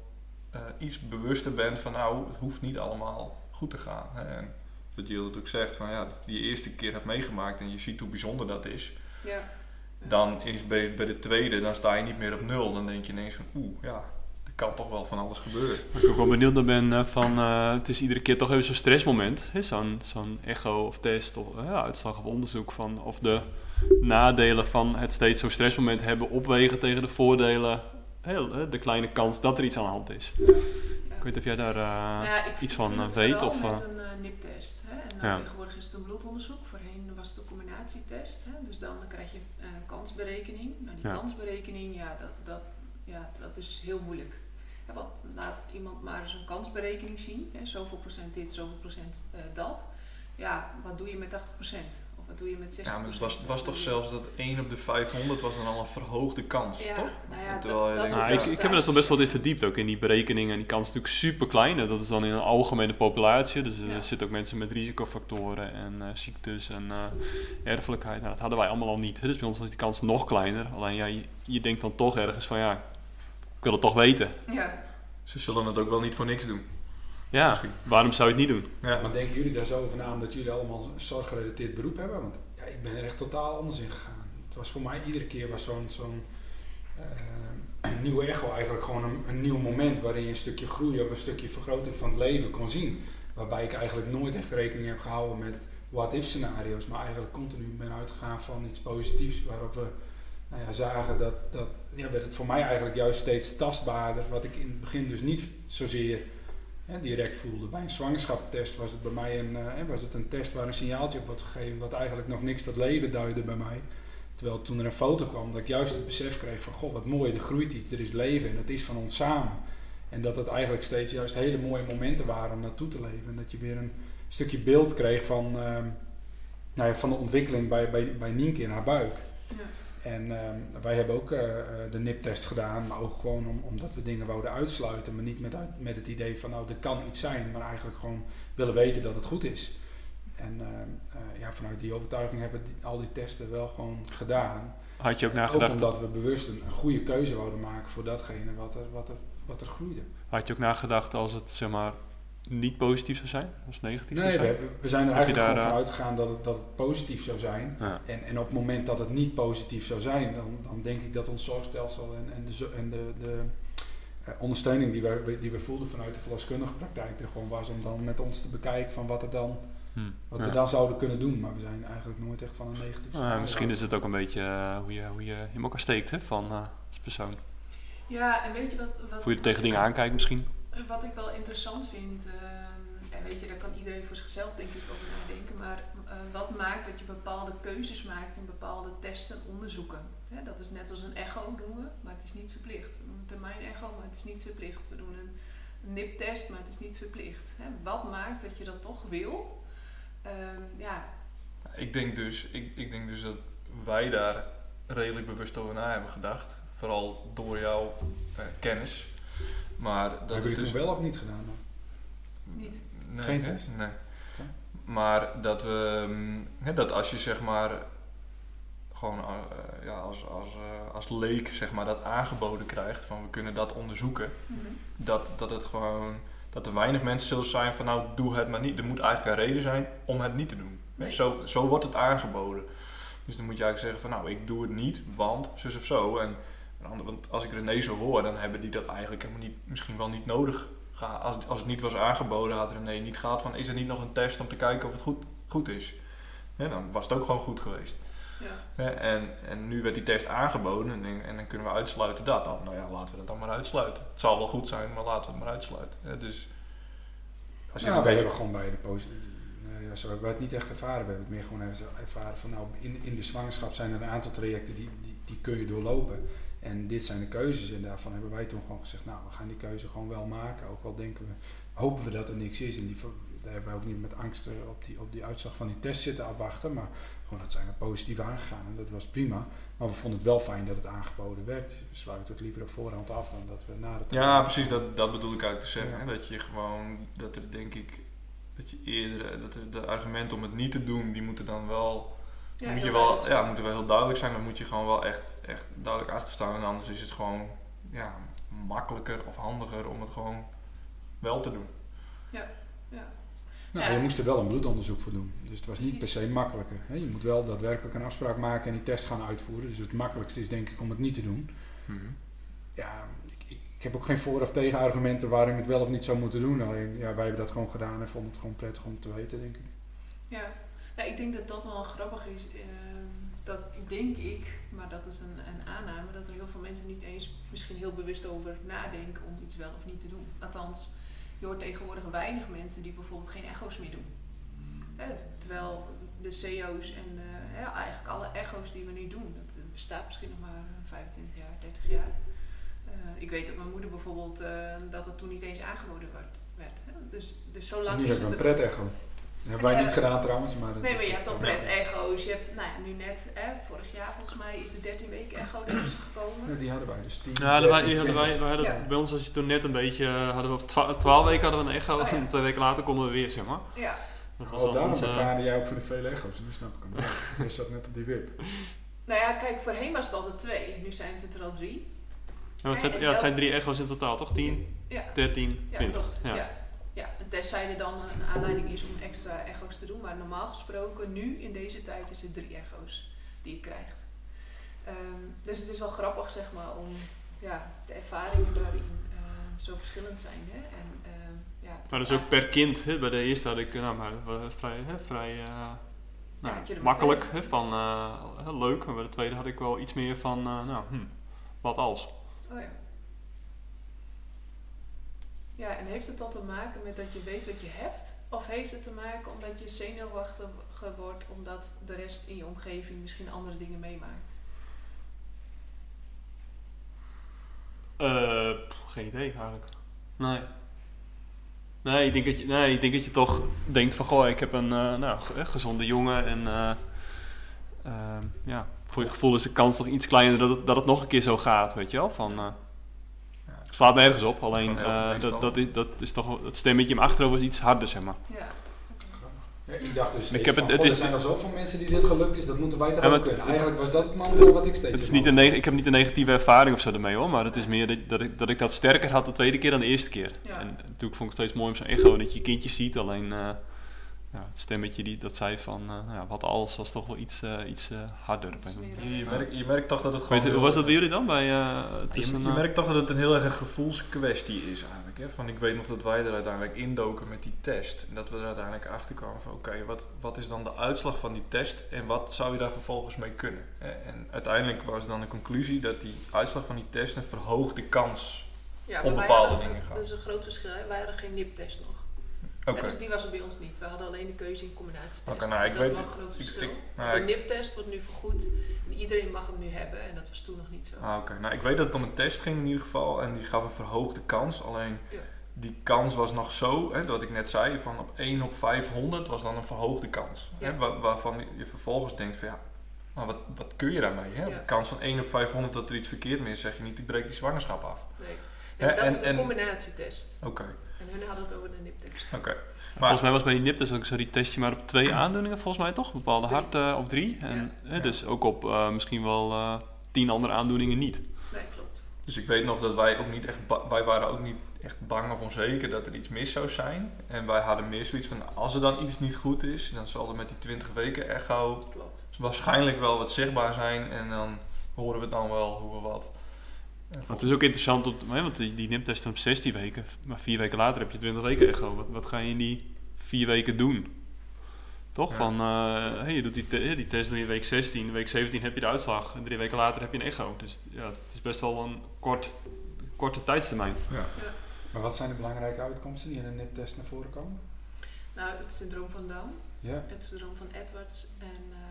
B: uh, iets bewuster bent van nou, het hoeft niet allemaal goed te gaan. Hè. En wat Jill ook zegt, van ja, dat je de eerste keer hebt meegemaakt en je ziet hoe bijzonder dat is.
A: Ja. Ja.
B: Dan is bij, bij de tweede, dan sta je niet meer op nul. Dan denk je ineens van oeh, ja, er kan toch wel van alles gebeuren.
C: Waar ik ook wel benieuwd naar ben uh, van, uh, het is iedere keer toch even zo'n stressmoment. Hè? Zo'n, zo'n echo of test of uh, ja, uitslag of onderzoek van of de nadelen van het steeds zo'n stressmoment hebben opwegen tegen de voordelen. Heel, de kleine kans dat er iets aan de hand is.
A: Ja.
C: Ik weet niet of jij daar uh,
A: ja, ik,
C: iets
A: ik
C: van
A: vind
C: weet.
A: Het
C: of
A: met een uh, N I P-test. Hè? En dan
C: ja.
A: tegenwoordig is het een bloedonderzoek. Voorheen was het een combinatietest. Hè? Dus dan krijg je een uh, kansberekening. Nou, die
C: ja.
A: kansberekening, ja dat, dat, ja, dat is heel moeilijk. Ja, wat, laat iemand maar eens een kansberekening zien. Hè? Zoveel procent dit, zoveel procent uh, dat. Ja, wat doe je met tachtig procent? Of wat doe je met zestig procent?
B: Ja, maar het was, het was toch zelfs dat één op de vijfhonderd was dan al een verhoogde kans,
A: ja,
B: toch?
A: Nou ja,
B: Terwijl
A: dat, dat
C: nou, ik, ik heb me er toch best wel in verdiept ook in die berekeningen. En die kans is natuurlijk super klein. Dat is dan in een algemene populatie. Dus er ja. zitten ook mensen met risicofactoren en uh, ziektes en uh, erfelijkheid. Nou, dat hadden wij allemaal al niet. Dus bij ons was die kans nog kleiner. Alleen ja, je, je denkt dan toch ergens van ja, ik wil het toch weten.
A: Ja.
B: Ze zullen het ook wel niet voor niks doen.
C: Ja, misschien. Waarom zou je het niet doen?
D: Ja. Maar denken jullie daar zo over na omdat jullie allemaal een zorggerelateerd beroep hebben? Want ja, ik ben er echt totaal anders in gegaan. Het was voor mij iedere keer was zo'n, zo'n uh, nieuwe echo eigenlijk gewoon een, een nieuw moment waarin je een stukje groei of een stukje vergroting van het leven kon zien. Waarbij ik eigenlijk nooit echt rekening heb gehouden met what-if scenario's, maar eigenlijk continu ben uitgegaan van iets positiefs waarop we nou ja, zagen dat, dat ja, werd het voor mij eigenlijk juist steeds tastbaarder, wat ik in het begin dus niet zozeer hè, direct voelde. Bij een zwangerschapstest was het bij mij een, uh, was het een test waar een signaaltje op wordt gegeven wat eigenlijk nog niks tot leven duidde bij mij. Terwijl toen er een foto kwam dat ik juist het besef kreeg van goh wat mooi, er groeit iets, er is leven en het is van ons samen. En dat het eigenlijk steeds juist hele mooie momenten waren om naartoe te leven. En dat je weer een stukje beeld kreeg van, uh, nou ja, van de ontwikkeling bij, bij, bij Nienke in haar buik.
A: Ja.
D: En uh, wij hebben ook uh, de N I P-test gedaan, maar ook gewoon om, omdat we dingen wouden uitsluiten. Maar niet met, met het idee van nou, er kan iets zijn, maar eigenlijk gewoon willen weten dat het goed is. En uh, uh, ja, vanuit die overtuiging hebben we die, al die testen wel gewoon gedaan.
C: Had je ook nagedacht?
D: Ook omdat we bewust een, een goede keuze wouden maken voor datgene wat er, wat er, wat er groeide.
C: Had je ook nagedacht als het zeg maar niet positief zou zijn, als het negatief
D: nee,
C: zou zijn?
D: We, we zijn er eigenlijk
C: daar,
D: gewoon
C: uh...
D: vanuit gegaan dat het, dat het positief zou zijn.
C: Ja.
D: En, en op het moment dat het niet positief zou zijn, dan, dan denk ik dat ons zorgstelsel en, en de, en de, de uh, ondersteuning die we, die we voelden vanuit de verloskundige praktijk er gewoon was om dan met ons te bekijken van wat er dan
C: Hmm.
D: wat
C: ja.
D: we dan zouden kunnen doen. Maar we zijn eigenlijk nooit echt van een negatief
C: uh, uh, Misschien is het ook een beetje uh, hoe, je, hoe je in elkaar steekt hè, van, uh, als persoon.
A: Ja, en weet je wat... wat
C: hoe je er tegen dingen aankijkt misschien.
A: Wat ik wel interessant vind, uh, en weet je, daar kan iedereen voor zichzelf denk ik over nadenken, maar uh, wat maakt dat je bepaalde keuzes maakt in bepaalde testen en onderzoeken? Hè, dat is net als een echo doen we, maar het is niet verplicht. We doen een termijn-echo, maar het is niet verplicht. We doen een N I P-test, maar het is niet verplicht. Hè, wat maakt dat je dat toch wil? Um, ja.
B: Ik denk dus, ik, ik denk dus dat wij daar redelijk bewust over na hebben gedacht. Vooral door jouw uh, kennis. Maar dat
D: hebben jullie
B: dus
D: toen wel of niet gedaan dan?
A: Niet.
B: Nee,
D: Geen test?
B: Nee.
D: Okay.
B: Maar dat we, um, he, dat als je zeg maar gewoon uh, ja, als, als, uh, als leek zeg maar dat aangeboden krijgt van we kunnen dat onderzoeken.
A: Mm-hmm.
B: Dat, dat het gewoon, dat er weinig mensen zullen zijn van nou doe het maar niet. Er moet eigenlijk een reden zijn om het niet te doen.
A: Nee.
B: Zo, zo wordt het aangeboden. Dus dan moet je eigenlijk zeggen van nou ik doe het niet, want zus of zo. En, want als ik René zo hoor, dan hebben die dat eigenlijk helemaal niet, misschien wel niet nodig. Als, als het niet was aangeboden, had René niet gehad van is er niet nog een test om te kijken of het goed, goed is. Ja, dan was het ook gewoon goed geweest.
A: Ja.
B: Ja, en, en nu werd die test aangeboden en, en dan kunnen we uitsluiten dat. Dan, nou ja, laten we dat dan maar uitsluiten. Het zal wel goed zijn, maar laten we het maar uitsluiten. Ja, dus,
D: als je nou, wij beetje... hebben gewoon bij de positieve... Ja, zo hebben we het niet echt ervaren. We hebben het meer gewoon even ervaren van nou, in, in de zwangerschap zijn er een aantal trajecten die, die, die kun je doorlopen. En dit zijn de keuzes en daarvan hebben wij toen gewoon gezegd, nou we gaan die keuze gewoon wel maken. Ook al denken we, hopen we dat er niks is. En die, daar hebben we ook niet met angst op die, op die uitslag van die test zitten afwachten. Maar gewoon dat zijn we positief aangegaan en dat was prima. Maar we vonden het wel fijn dat het aangeboden werd. We sluiten het liever op voorhand af dan dat we na de...
B: Ja precies, dat, dat bedoel ik eigenlijk te zeggen. Ja. Dat je gewoon, dat er denk ik... Dat je eerder, dat de argumenten om het niet te doen, die moeten dan wel, ja, moet je wel, ja, moeten wel heel duidelijk zijn. Dan moet je gewoon wel echt, echt duidelijk achter staan. En anders is het gewoon ja, makkelijker of handiger om het gewoon wel te doen.
A: Ja, ja.
D: Nou,
A: ja.
D: je moest er wel een bloedonderzoek voor doen. Dus het was
A: Precies.
D: niet per se makkelijker. Hè? Je moet wel daadwerkelijk een afspraak maken en die test gaan uitvoeren. Dus het makkelijkste is denk ik om het niet te doen.
B: Mm-hmm.
D: Ja, ik, ik, ik heb ook geen voor- of tegenargumenten waarom je het wel of niet zou moeten doen. Alleen, ja, wij hebben dat gewoon gedaan en vonden het gewoon prettig om te weten, denk ik.
A: Ja. Ja, ik denk dat dat wel grappig is. Uh, dat denk ik, maar dat is een, een aanname, dat er heel veel mensen niet eens misschien heel bewust over nadenken om iets wel of niet te doen. Althans, je hoort tegenwoordig weinig mensen die bijvoorbeeld geen echo's meer doen. Eh, terwijl de C O's en uh, ja, eigenlijk alle echo's die we nu doen, dat bestaat misschien nog maar vijfentwintig jaar, dertig jaar. Uh, ik weet dat mijn moeder bijvoorbeeld, uh, dat het toen niet eens aangeboden werd. werd hè? Dus, dus zo lang
D: nu
A: is
D: hebben
A: het...
D: we een pret-echo. Dat hebben wij
A: Ja.
D: niet gedaan trouwens. Maar
A: Nee, maar je hebt al pret-echo's. Je hebt, nou ja, nu net, hè, vorig jaar volgens mij is de dertien weken echo ertussen gekomen.
D: Ja, die hadden wij dus tien,
C: Ja, hadden wij,
D: dertien,
C: hadden wij,
D: twintig.
C: wij hadden,
A: Ja.
C: bij ons was het toen net een beetje, hadden we op twa- twaalf weken hadden we een echo
A: Oh, ja.
C: en twee weken later konden we weer, zeg maar.
A: Ja,
C: Dat was
D: Oh,
C: dan
D: daarom
C: onze,
D: bevaarde jij ook voor de vele echo's. Nu snap ik hem. Ja, je zat net op die wip.
A: nou ja, kijk, voorheen was het altijd twee. Nu zijn het er al drie.
C: ja, het, zijn, ja, het zijn drie echo's in totaal, toch? tien,
A: Ja,
C: dertien,
A: ja
C: twintig.
A: klopt. Ja.
C: Ja.
A: Ja. Ja, en tenzij er dan een aanleiding is om extra echo's te doen. Maar normaal gesproken, nu in deze tijd, is het drie echo's die je krijgt. Um, dus het is wel grappig, zeg maar, om ja, de ervaringen daarin uh, zo verschillend zijn. Hè? En, uh, ja,
C: Maar dus ook per kind, hè, bij de eerste had ik, nou maar uh, vrij, hè, vrij uh, nou,
A: had je er
C: makkelijk,
A: twee.
C: hè, van uh, leuk. Maar bij de tweede had ik wel iets meer van, uh, nou, hm, wat als.
A: Oh ja. Ja, en heeft het dan te maken met dat je weet wat je hebt? Of heeft het te maken omdat je zenuwachtig wordt omdat de rest in je omgeving misschien andere dingen meemaakt?
C: Uh, geen idee eigenlijk. Nee. Nee ik, denk dat je, nee, ik denk dat je toch denkt van, goh, ik heb een uh, nou, gezonde jongen en uh, uh, ja, voor je gevoel is de kans toch iets kleiner dat het, dat het nog een keer zo gaat, weet je wel? Van, uh, het slaat nergens op, alleen uh, dat, dat, is, dat is toch, het stemmetje in mijn achterhoofd is iets harder, zeg maar.
A: Ja.
D: Ja, ik dacht dus steeds
C: ik heb
D: van,
C: het, het
D: goh,
C: is,
D: er zijn al zoveel mensen die dit gelukt is, dat moeten wij toch
C: ja,
D: ook
C: het,
D: kunnen.
C: het,
D: Eigenlijk was dat het mantra wat ik steeds
C: het is
D: in
C: niet
D: mijn
C: een
D: hoofd
C: neg- Ik heb niet een negatieve ervaring of zo ermee hoor, maar het is meer dat, dat, ik, dat ik dat sterker had de tweede keer dan de eerste keer.
A: Ja.
C: En natuurlijk vond ik het steeds mooi om zo'n echo dat je je kindje ziet, alleen uh, ja, het stemmetje die, dat zei van, uh, nou ja, wat alles was toch wel iets, uh, iets uh, harder.
B: Je, je, merkt, je merkt toch dat het gewoon...
C: Weet je, hoe was dat bij jullie dan? Bij, uh, tussen,
B: je, je merkt toch dat het een heel erg een gevoelskwestie is eigenlijk. Hè? Van, ik weet nog dat wij er uiteindelijk indoken met die test. En dat we er uiteindelijk achter kwamen van oké, okay, wat, wat is dan de uitslag van die test en wat zou je daar vervolgens mee kunnen? Hè? En uiteindelijk was dan de conclusie dat die uitslag van die test een verhoogde kans
A: Ja,
B: op
A: wij
B: bepaalde
A: hadden,
B: dingen gaat.
A: dat is een groot verschil. Hè? Wij hadden geen N I P-test nog.
B: Okay.
A: Ja, dus die was er bij ons niet. We hadden alleen de keuze in combinatietest.
B: Okay, nou, ik
A: dus dat
B: weet,
A: is wel een groot verschil.
B: Ik, ik, nou,
A: Want de N I P-test wordt nu vergoed en iedereen mag hem nu hebben en dat was toen nog niet zo.
B: Ah, Oké, okay. Nou ik weet dat het om een test ging in ieder geval en die gaf een verhoogde kans. Alleen ja. die kans was nog zo, hè, wat ik net zei, van op één op vijfhonderd was dan een verhoogde kans. Ja. Hè, waar, waarvan je vervolgens denkt van ja, maar wat, wat kun je daarmee? Hè? Ja. De kans van één op vijfhonderd dat er iets verkeerd mee is, zeg je niet, ik breek die zwangerschap af.
A: Nee, nee
B: hè,
A: dat
B: en,
A: is een combinatietest.
B: Oké. Okay.
A: En hun hadden het over de N I P-test.
B: Oké. Okay.
C: Maar volgens mij was bij die N I P-test ook zo, die test je maar op twee aandoeningen volgens mij toch? Bepaalde drie. hart uh, op drie. En ja. eh, dus ook op uh, misschien wel uh, tien andere aandoeningen niet.
A: Nee, klopt.
B: Dus ik weet nog dat wij ook niet echt, ba- wij waren ook niet echt bang of onzeker dat er iets mis zou zijn. En wij hadden meer zoiets van, als er dan iets niet goed is, dan zal er met die twintig weken echo
A: klopt.
B: waarschijnlijk wel wat zichtbaar zijn. En dan horen we het dan wel hoe we wat.
C: Het is ook interessant, op, want die, die N I P-test op zestien weken, maar vier weken later heb je twintig weken echo. Wat, wat ga je in die vier weken doen? Toch? Ja. Van, uh, hey, je doet die, te- die test in week zestien, week zeventien heb je de uitslag en drie weken later heb je een echo. Dus ja, het is best wel een kort, korte tijdstermijn.
B: Ja.
A: Ja.
D: Maar wat zijn de belangrijke uitkomsten die in een N I P-test naar voren komen?
A: Nou, het syndroom van Down,
D: ja.
A: het syndroom van Edwards en uh,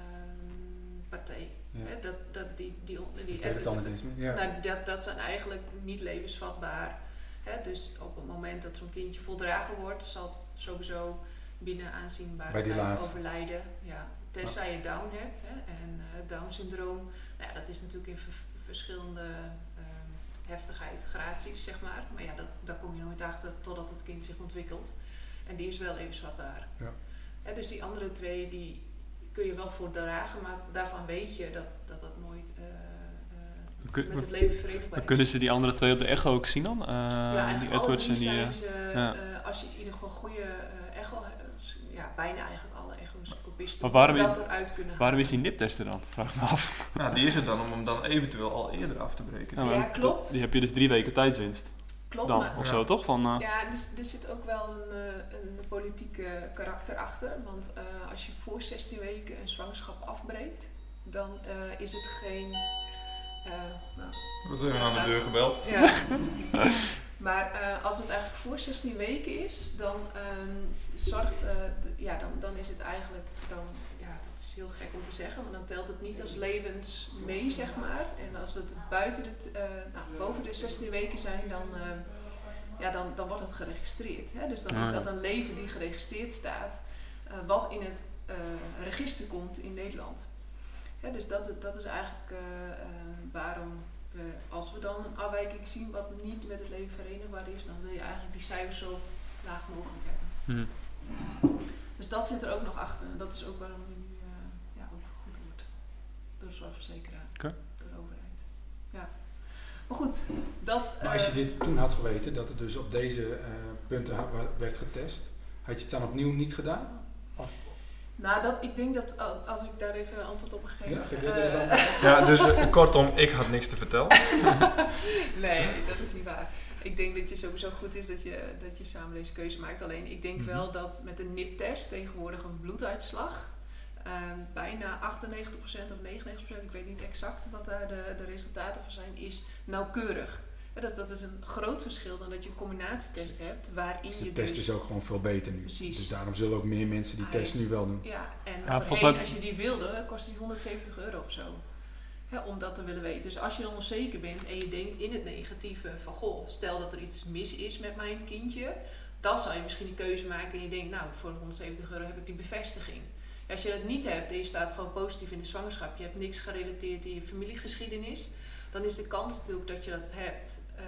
A: Pathé.
D: Ja.
A: Hè, dat, dat die, die, die, die
D: Edwards, ja.
A: nou, dat, dat zijn eigenlijk niet levensvatbaar. Hè, dus op het moment dat zo'n kindje voldragen wordt, zal het sowieso binnen aanzienbare tijd laatste. overlijden. Ja, tenzij je Down hebt. Hè, en uh, Down-syndroom, nou ja, dat is natuurlijk in v- verschillende uh, heftigheid, gradaties, zeg maar. Maar ja, dat, daar kom je nooit achter totdat het kind zich ontwikkelt. En die is wel levensvatbaar.
D: Ja.
A: Hè, dus die andere twee, die kun je wel voor dragen, maar daarvan weet je dat dat, dat nooit uh, uh, kun, met het leven verenigbaar
C: is.
A: is.
C: Kunnen ze die andere twee op de echo ook zien dan? Uh,
A: ja,
C: die Edwards en die.
A: Zijn ze,
C: ja.
A: uh, als je in ieder geval goede uh, echo, uh, ja, bijna eigenlijk alle echoscopisten
C: maar waarom
A: dat
C: is,
A: eruit kunnen
C: waarom
A: halen.
C: is die niptest er dan? Vraag me af.
B: Nou, die is er dan om hem dan eventueel al eerder af te breken.
A: Ja, ja klopt.
C: Dat, die heb je dus drie weken tijdswinst.
A: Klopt,
C: dan,
A: maar,
C: of
B: ja.
C: zo toch? Van, uh,
A: ja, dus, er zit ook wel een, uh, een politieke karakter achter. Want uh, als je voor zestien weken een zwangerschap afbreekt, dan uh, is het geen... Uh, nou,
B: Wat hebben we aan de deur gebeld?
A: Ja. Maar uh, als het eigenlijk voor zestien weken is, dan um, zorgt, uh, de, ja, dan, dan is het eigenlijk, dan, ja, dat is heel gek om te zeggen, maar dan telt het niet als levens mee, zeg maar. En als het buiten de, uh, nou, boven de zestien weken zijn, dan, uh, ja, dan, dan wordt het geregistreerd. Hè? Dus dan is dat een leven die geregistreerd staat, uh, wat in het uh, register komt in Nederland. Ja, dus dat, dat is eigenlijk uh, uh, waarom we, als we dan een afwijking zien wat niet met het leven verenigbaar is, dan wil je eigenlijk die cijfers zo laag mogelijk hebben.
C: Hmm.
A: Dus dat zit er ook nog achter en dat is ook waarom we nu uh, ja, ook vergoed wordt door de zorgverzekeraar,
C: okay.
A: door de overheid. Ja. Maar goed, dat...
D: Maar als je dit toen had geweten, dat het dus op deze uh, punten ha- werd getest, had je het dan opnieuw niet gedaan? Of?
A: Nou, dat, ik denk dat als ik daar even antwoord op geef.
D: Ja, geef je
A: uh,
D: er eens
B: ja, dus uh, kortom, ik had niks te vertellen.
A: Nee, dat is niet waar. Ik denk dat je sowieso goed is dat je, dat je samen deze keuze maakt. Alleen ik denk mm-hmm. wel dat met een niptest tegenwoordig een bloeduitslag uh, bijna achtennegentig procent of negenennegentig procent, ik weet niet exact wat daar de, de resultaten van zijn, is nauwkeurig. Ja, dat, dat is een groot verschil dan dat je een combinatietest hebt waarin
D: dus de
A: je
D: test
A: dus...
D: is ook gewoon veel beter nu.
A: Precies.
D: Dus daarom zullen ook meer mensen die test nu wel doen.
A: Ja, en
C: ja,
A: voorheen
C: mij...
A: als je die wilde, kost die honderdzeventig euro of zo. Ja, om dat te willen weten. Dus als je dan onzeker bent en je denkt in het negatieve van goh, stel dat er iets mis is met mijn kindje, dan zou je misschien die keuze maken en je denkt, nou, voor honderdzeventig euro heb ik die bevestiging. Ja, als je dat niet hebt en je staat gewoon positief in de zwangerschap, je hebt niks gerelateerd in je familiegeschiedenis, dan is de kans natuurlijk dat je dat hebt uh,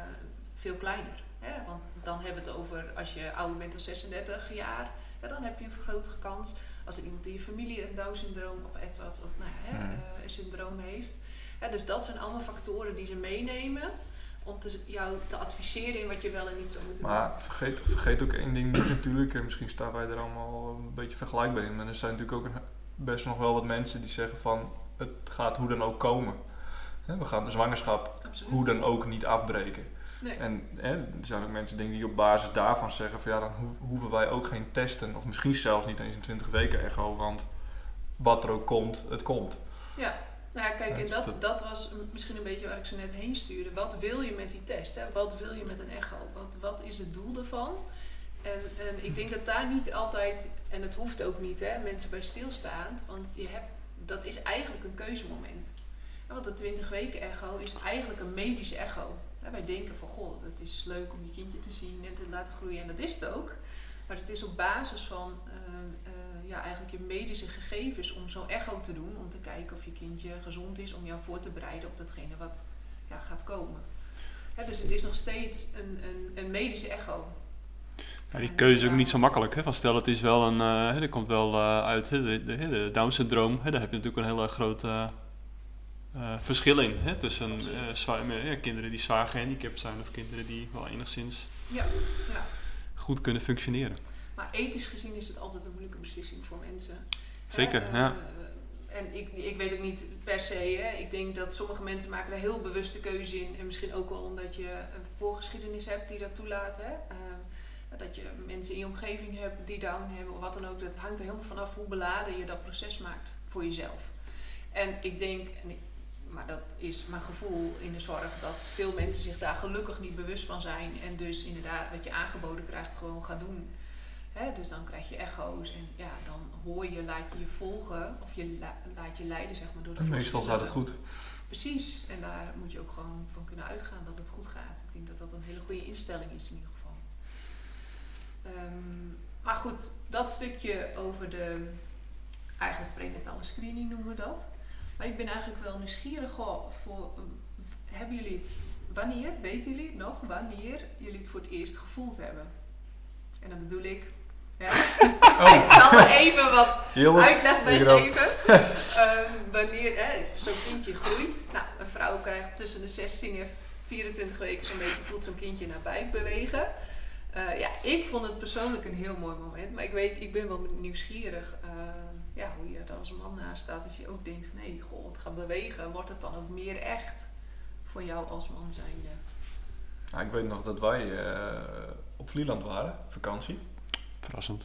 A: veel kleiner. Hè? Want dan hebben we het over, als je ouder bent dan zesendertig jaar, ja, dan heb je een vergrote kans. Als er iemand in je familie een Down-syndroom of Edwards of nou, hè, uh, een syndroom heeft. Ja, dus dat zijn allemaal factoren die ze meenemen om te, jou te adviseren in wat je wel en niet zou moeten
B: maar
A: doen.
B: Maar vergeet, vergeet ook één ding natuurlijk, en misschien staan wij er allemaal een beetje vergelijkbaar in, maar er zijn natuurlijk ook een, best nog wel wat mensen die zeggen van het gaat hoe dan ook komen. He, we gaan de zwangerschap Absoluut. Hoe dan ook niet afbreken.
A: Nee.
B: En hè, er zijn ook mensen denk ik, die op basis daarvan zeggen van ja, dan ho- hoeven wij ook geen testen, of misschien zelfs niet eens een twintig weken echo, want wat er ook komt, het komt.
A: Ja, nou ja, kijk, en dat, dat was misschien een beetje waar ik zo net heen stuurde. Wat wil je met die test? Hè? Wat wil je met een echo? Wat, wat is het doel ervan? En, en ik denk dat daar niet altijd, en het hoeft ook niet, hè, mensen bij stilstaan, want je hebt, dat is eigenlijk een keuzemoment. Ja, want de twintig weken echo is eigenlijk een medische echo. Ja, wij denken van, goh, het is leuk om je kindje te zien en te laten groeien. En dat is het ook. Maar het is op basis van uh, uh, ja, eigenlijk je medische gegevens om zo'n echo te doen. Om te kijken of je kindje gezond is. Om jou voor te bereiden op datgene wat ja, gaat komen. Ja, dus het is nog steeds een, een, een medische echo.
C: Ja, die keuze is ook niet zo makkelijk. Hè? Van stel, het is wel een, uh, er komt wel uh, uit hè, de, de, de Down-syndroom. Hè? Daar heb je natuurlijk een hele grote... Uh, Uh, verschil in hè, tussen uh, zwaar, ja, kinderen die zwaar gehandicapt zijn of kinderen die wel enigszins
A: ja, ja.
C: goed kunnen functioneren.
A: Maar ethisch gezien is het altijd een moeilijke beslissing voor mensen.
C: Zeker,
A: uh,
C: ja.
A: En ik, ik weet ook niet per se, hè. Ik denk dat sommige mensen maken daar heel bewuste keuze in. En misschien ook wel omdat je een voorgeschiedenis hebt die dat toelaat. Hè. Uh, dat je mensen in je omgeving hebt die down hebben of wat dan ook. Dat hangt er helemaal vanaf hoe beladen je dat proces maakt voor jezelf. En ik denk... En ik, maar dat is mijn gevoel in de zorg, dat veel mensen zich daar gelukkig niet bewust van zijn. En dus inderdaad wat je aangeboden krijgt gewoon gaan doen. Hè, dus dan krijg je echo's en ja, dan hoor je, laat je je volgen of je la, laat je leiden zeg maar door de voorstellingen.
B: Meestal gaat het goed.
A: Precies, en daar moet je ook gewoon van kunnen uitgaan dat het goed gaat. Ik denk dat dat een hele goede instelling is in ieder geval. Um, maar goed, dat stukje over de eigenlijk prenatale screening noemen we dat. Maar ik ben eigenlijk wel nieuwsgierig goh, voor, uh, hebben jullie het, wanneer, weten jullie nog, wanneer jullie het voor het eerst gevoeld hebben? En dan bedoel ik, ja, oh. ik zal er even wat Heel uitleg bij geven. uh, wanneer hè, zo'n kindje groeit, nou, een vrouw krijgt echt tussen de zestien en vierentwintig weken zo'n beetje voelt zo'n kindje naar buik bewegen. Uh, ja, ik vond het persoonlijk een heel mooi moment. Maar ik weet, ik ben wel nieuwsgierig uh, ja, hoe je er als man naast staat. Als je ook denkt van, hé, hey, goh, het gaat bewegen. Wordt het dan ook meer echt voor jou als man zijnde?
B: Nou, ik weet nog dat wij uh, op Vlieland waren, vakantie.
C: Verrassend.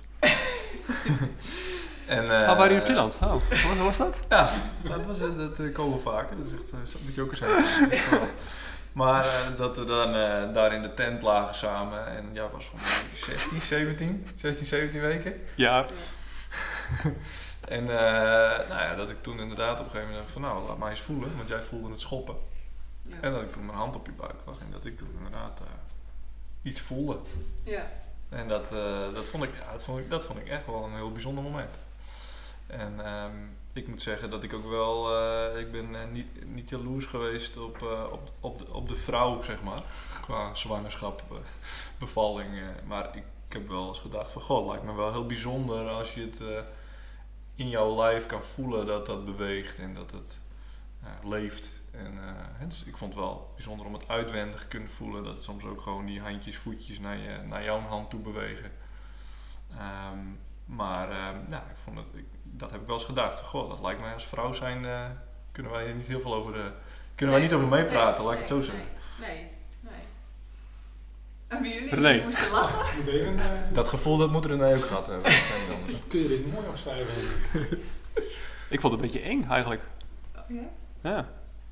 B: en, uh,
C: oh, waren jullie in Vlieland? Oh, wat was dat?
B: Ja, dat, was, uh, dat uh, komen we vaker. Dat, is echt, uh, dat moet je ook eens hebben. Maar uh, dat we dan uh, daar in de tent lagen samen. En ja, was van zestien, zeventien, zestien, zeventien weken.
C: Ja.
B: en uh, nou ja, dat ik toen inderdaad op een gegeven moment dacht van nou, laat mij eens voelen. Want jij voelde het schoppen. Ja. En dat ik toen mijn hand op je buik lag. En dat ik toen inderdaad uh, iets voelde.
A: Ja.
B: En dat, uh, dat, vond ik, ja, dat, vond ik, dat vond ik echt wel een heel bijzonder moment. En um, ik moet zeggen dat ik ook wel, uh, ik ben uh, niet, niet jaloers geweest op, uh, op, op, de, op de vrouw, zeg maar. Qua zwangerschap, uh, bevalling. Uh, maar ik, ik heb wel eens gedacht van, god, lijkt me wel heel bijzonder als je het uh, in jouw lijf kan voelen dat dat beweegt en dat het uh, leeft. En, uh, dus ik vond het wel bijzonder om het uitwendig te kunnen voelen. Dat soms ook gewoon die handjes, voetjes naar, je, naar jouw hand toe bewegen. Um, maar uh, nou, ik vond het, ik, dat heb ik wel eens gedacht. Goh, dat lijkt mij als vrouw zijn, uh, kunnen wij hier niet heel veel over, de, kunnen
A: nee,
B: wij niet over meepraten,
A: nee,
B: laat ik het
A: nee,
B: zo zeggen.
A: Nee, nee, nee. En bij jullie?
C: Nee.
A: Je moesten lachen.
D: Moet even, uh,
B: dat gevoel dat moet René ook gehad hebben.
D: Dat kun je dit mooi omschrijven.
C: Ik vond het een beetje eng eigenlijk.
A: Oh, ja?
C: Ja.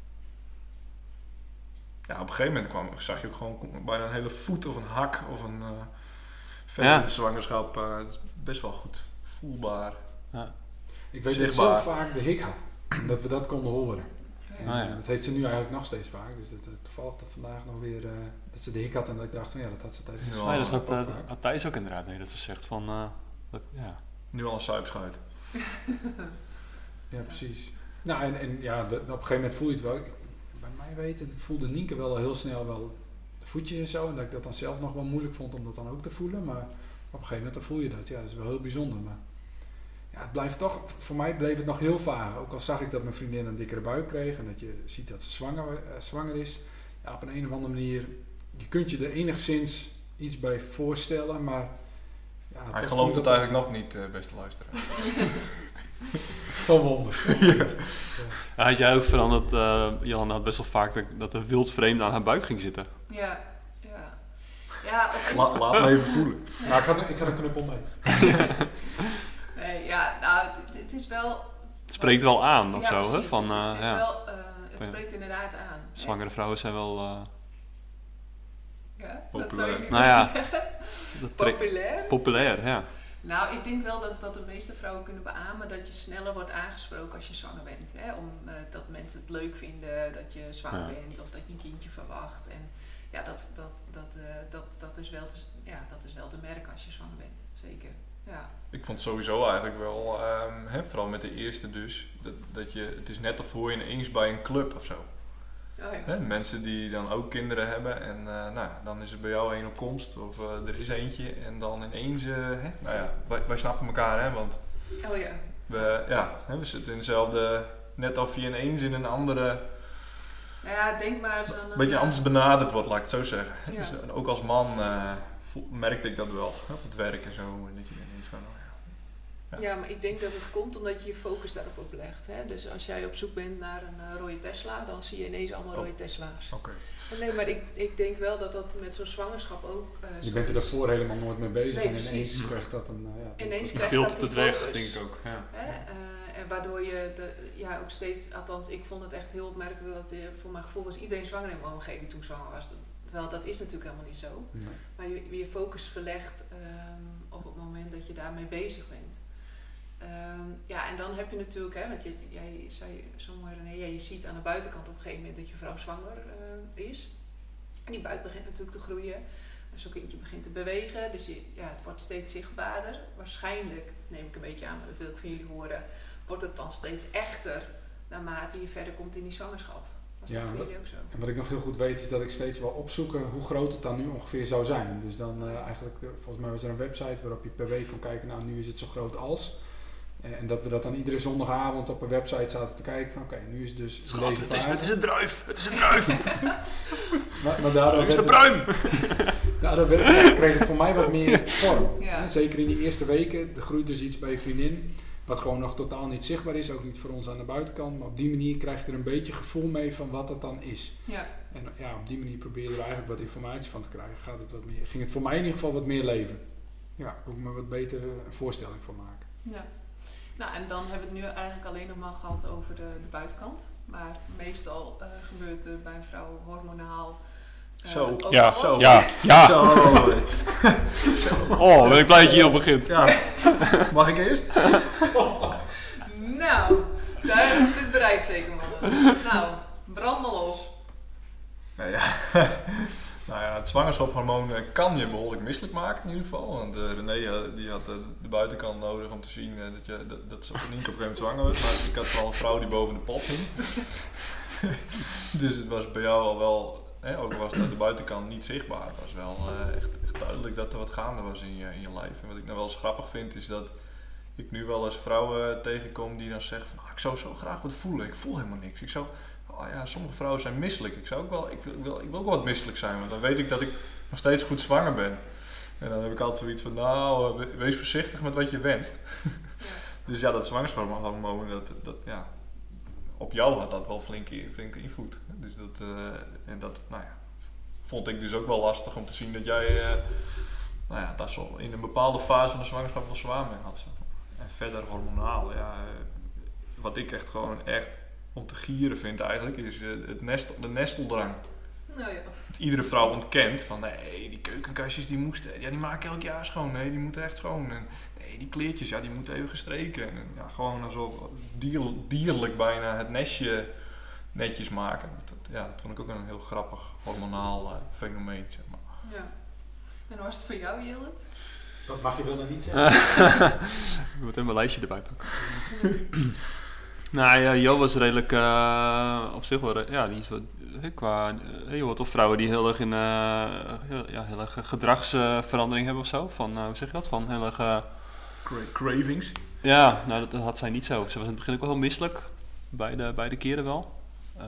B: Ja, op een gegeven moment kwam, zag je ook gewoon bijna een hele voet of een hak of een uh, verder
C: ja.
B: in de zwangerschap. Uh, het is best wel goed voelbaar.
C: Ja.
D: Ik weet
B: zichtbaar.
D: dat ze vaak de hik had. Dat we dat konden horen. En,
C: Ah, ja.
D: Dat heeft ze nu eigenlijk nog steeds vaak. Dus dat, uh, toevallig dat vandaag nog weer uh, dat ze de hik had en dat ik dacht van ja, dat had ze tijdens de
B: Ja,
C: Nee, dat
D: zwangerschap
C: had,
D: ook
C: uh,
D: vaak.
C: had Thijs ook inderdaad. Nee, dat ze zegt van, uh, dat, ja.
B: Nu al een suipschuit.
D: Ja, precies. Nou, en, en ja, de, op een gegeven moment voel je het wel. Bij mij weten voelde Nienke wel heel snel wel de voetjes en zo. En dat ik dat dan zelf nog wel moeilijk vond om dat dan ook te voelen. Maar op een gegeven moment dan voel je dat. Ja, dat is wel heel bijzonder. Maar ja, het blijft toch, voor mij bleef het nog heel vaag. Ook al zag ik dat mijn vriendin een dikkere buik kreeg. En dat je ziet dat ze zwanger, uh, zwanger is. Ja, op een, een of andere manier, je kunt je er enigszins iets bij voorstellen. Maar ja,
B: Hij gelooft het eigenlijk nog niet, uh, beste luisteraar.
D: Zo'n wonder.
C: Ja. Ja, had jij ook veranderd, uh, Jan had best wel vaak dat, dat er wildvreemde aan haar buik ging zitten.
A: Ja, ja. Ja, op
B: La, laat me even voelen.
D: Nou, ik had, ik had een knuppel mee.
A: nee, ja, nou, het, het is wel...
C: Het spreekt wel aan of
A: ja,
C: zo,
A: precies,
C: hè? Van, uh,
A: het, het is
C: ja.
A: wel, uh, het spreekt inderdaad aan.
C: Zwangere vrouwen zijn wel... Uh,
A: ja,
B: populair.
A: dat zou je niet
C: Nou ja.
A: zeggen.
C: trek,
A: Populair?
C: populair, ja.
A: Nou, ik denk wel dat, dat de meeste vrouwen kunnen beamen dat je sneller wordt aangesproken als je zwanger bent. Hè? Om, uh, dat mensen het leuk vinden dat je zwanger
C: Ja.
A: bent of dat je een kindje verwacht. En ja, dat, dat, dat, uh, dat, dat, is wel te, ja, dat is wel te merken als je zwanger bent. Zeker, ja.
B: Ik vond sowieso eigenlijk wel, um, hè, vooral met de eerste dus, dat, dat je, het is net of hoor je ineens bij een club of zo.
A: Oh, ja.
B: Hè, mensen die dan ook kinderen hebben en uh, nou, ja, dan is er bij jou één op komst of uh, er is eentje en dan ineens, uh, hè, nou ja, wij, wij snappen elkaar hè, want
A: Oh ja.
B: we, ja, hè, we zitten in dezelfde, net of je ineens in een andere,
A: Nou ja, denk maar eens aan
B: een beetje anders benaderd wordt, laat ik het zo zeggen.
A: Ja.
B: Dus, uh, ook als man uh, voel, merkte ik dat wel, hè, op het werk en zo, en dat je ineens van, oh ja. Ja.
A: Ja, maar ik denk dat het komt omdat je je focus daarop op legt. Hè? Dus als jij op zoek bent naar een uh, rode Tesla, dan zie je ineens allemaal
B: Oh.
A: rode Tesla's.
B: Oké.
A: Okay. Nee, maar ik, ik denk wel dat dat met zo'n zwangerschap ook uh,
D: Je
A: zo
D: bent er
A: is.
D: daarvoor helemaal nooit mee bezig
A: Nee,
D: en
A: precies.
D: ineens krijgt dat een... Uh, ja,
A: Ineens
C: Je
A: krijgt
C: filtert
A: dat
C: het
A: die
C: weg,
A: focus.
C: denk ik ook. Ja.
A: Hè? Uh, en waardoor je de, ja, ook steeds, althans ik vond het echt heel opmerkelijk dat uh, voor mijn gevoel was iedereen zwanger in mijn omgeving toen ik zwanger was. Terwijl dat is natuurlijk helemaal niet zo.
D: Nee.
A: Maar je, je focus verlegt um, op het moment dat je daarmee bezig bent. Um, ja, en dan heb je natuurlijk, hè, want je, jij zei zo mooi René, ja, je ziet aan de buitenkant op een gegeven moment dat je vrouw zwanger uh, is. En die buik begint natuurlijk te groeien. En zo'n kindje begint te bewegen, dus je, ja, het wordt steeds zichtbaarder. Waarschijnlijk, neem ik een beetje aan, maar dat wil ik van jullie horen, wordt het dan steeds echter naarmate je verder komt in die zwangerschap. Was
D: Ja,
A: dat voor
D: dat-
A: jullie ook zo?
D: En wat ik nog heel goed weet is dat ik steeds wil opzoeken hoe groot het dan nu ongeveer zou zijn. Dus dan uh, eigenlijk, de, volgens mij was er een website waarop je per week kon kijken, nou nu is het zo groot als. En, en dat we dat dan iedere zondagavond op een website zaten te kijken van oké, okay, nu is het dus in
C: Schat,
D: deze
C: het, is,
D: fase.
C: het is een druif, het is een druif.
D: maar, maar daardoor
C: Nu is de
D: werd
C: bruin.
D: het, daardoor werd, ja, kreeg het voor mij wat meer vorm.
A: Ja.
D: Zeker in die eerste weken, er groeit dus iets bij je vriendin, wat gewoon nog totaal niet zichtbaar is, ook niet voor ons aan de buitenkant. Maar op die manier krijg je er een beetje gevoel mee van wat dat dan is.
A: Ja.
D: En ja, op die manier probeerden we eigenlijk wat informatie van te krijgen. Gaat het wat meer, ging het voor mij in ieder geval wat meer leven. Ja, kon ik me wat beter een voorstelling van maken.
A: Ja. Nou, en dan hebben we het nu eigenlijk alleen nog maar gehad over de, de buitenkant. Maar meestal uh, gebeurt er bij een vrouw hormonaal. Uh,
B: Zo,
C: ja,
A: alles.
B: zo.
C: Ja, ja.
B: Zo.
C: Oh, ben ik blij dat je hier op begint.
B: Ja. Mag ik eerst?
A: Nou, daar hebben ze het bereikt zeker, mannen. Nou, brand maar los.
B: Nou ja. Nou ja, het zwangerschapshormoon kan je behoorlijk misselijk maken in ieder geval. Want uh, René uh, die had uh, de buitenkant nodig om te zien uh, dat, je, dat, dat ze niet op een gegeven moment zwanger werd. Maar ik had vooral een vrouw die boven de pot hing. Dus het was bij jou al wel, hè, ook al was de buitenkant niet zichtbaar, het was wel uh, echt, echt duidelijk dat er wat gaande was in je, in je lijf. En wat ik nou wel eens grappig vind is dat ik nu wel eens vrouwen tegenkom die dan zeggen van oh, ik zou zo graag wat voelen, ik voel helemaal niks. Ik zou, oh ja, sommige vrouwen zijn misselijk. Ik, zou ook wel, ik, wil, ik wil ook wel wat misselijk zijn, want dan weet ik dat ik nog steeds goed zwanger ben. En dan heb ik altijd zoiets van, nou, wees voorzichtig met wat je wenst. Ja. Dus ja, dat zwangerschapshormoon, dat, dat, ja, op jou had dat wel flink, flink invloed. Dus dat, uh, en dat, nou ja, vond ik dus ook wel lastig om te zien dat jij, uh, nou ja, dat zo in een bepaalde fase van de zwangerschap wel zwaar mee had. En verder hormonaal, ja, uh, wat ik echt gewoon echt om te gieren vind eigenlijk, is uh, het nestel, de nesteldrang.
A: Nou ja.
B: Dat iedere vrouw ontkent van nee, die keukenkastjes die moesten, ja, die maken elk jaar schoon, nee, die moeten echt schoon. En, nee, die kleertjes, ja, die moeten even gestreken. En, ja, gewoon alsof dier, dierlijk bijna het nestje netjes maken. Dat, ja, dat vond ik ook een heel grappig hormonaal uh, fenomeen, zeg maar.
A: Ja. En hoe was het voor jou, Jillet?
D: Dat mag je wel nog niet zeggen.
C: Ik moet even mijn lijstje erbij pakken. Nou ja, Jo was redelijk uh, op zich wel, ja, die is wat, qua, uh, je hoort toch vrouwen die heel erg in, uh, heel, ja, heel erg gedragsverandering uh, hebben of zo, van, uh, hoe zeg je dat, van heel erg... Uh,
B: Cra- cravings?
C: Ja, nou dat, dat had zij niet zo. Ze was in het begin ook wel heel misselijk, beide, beide keren wel. Uh,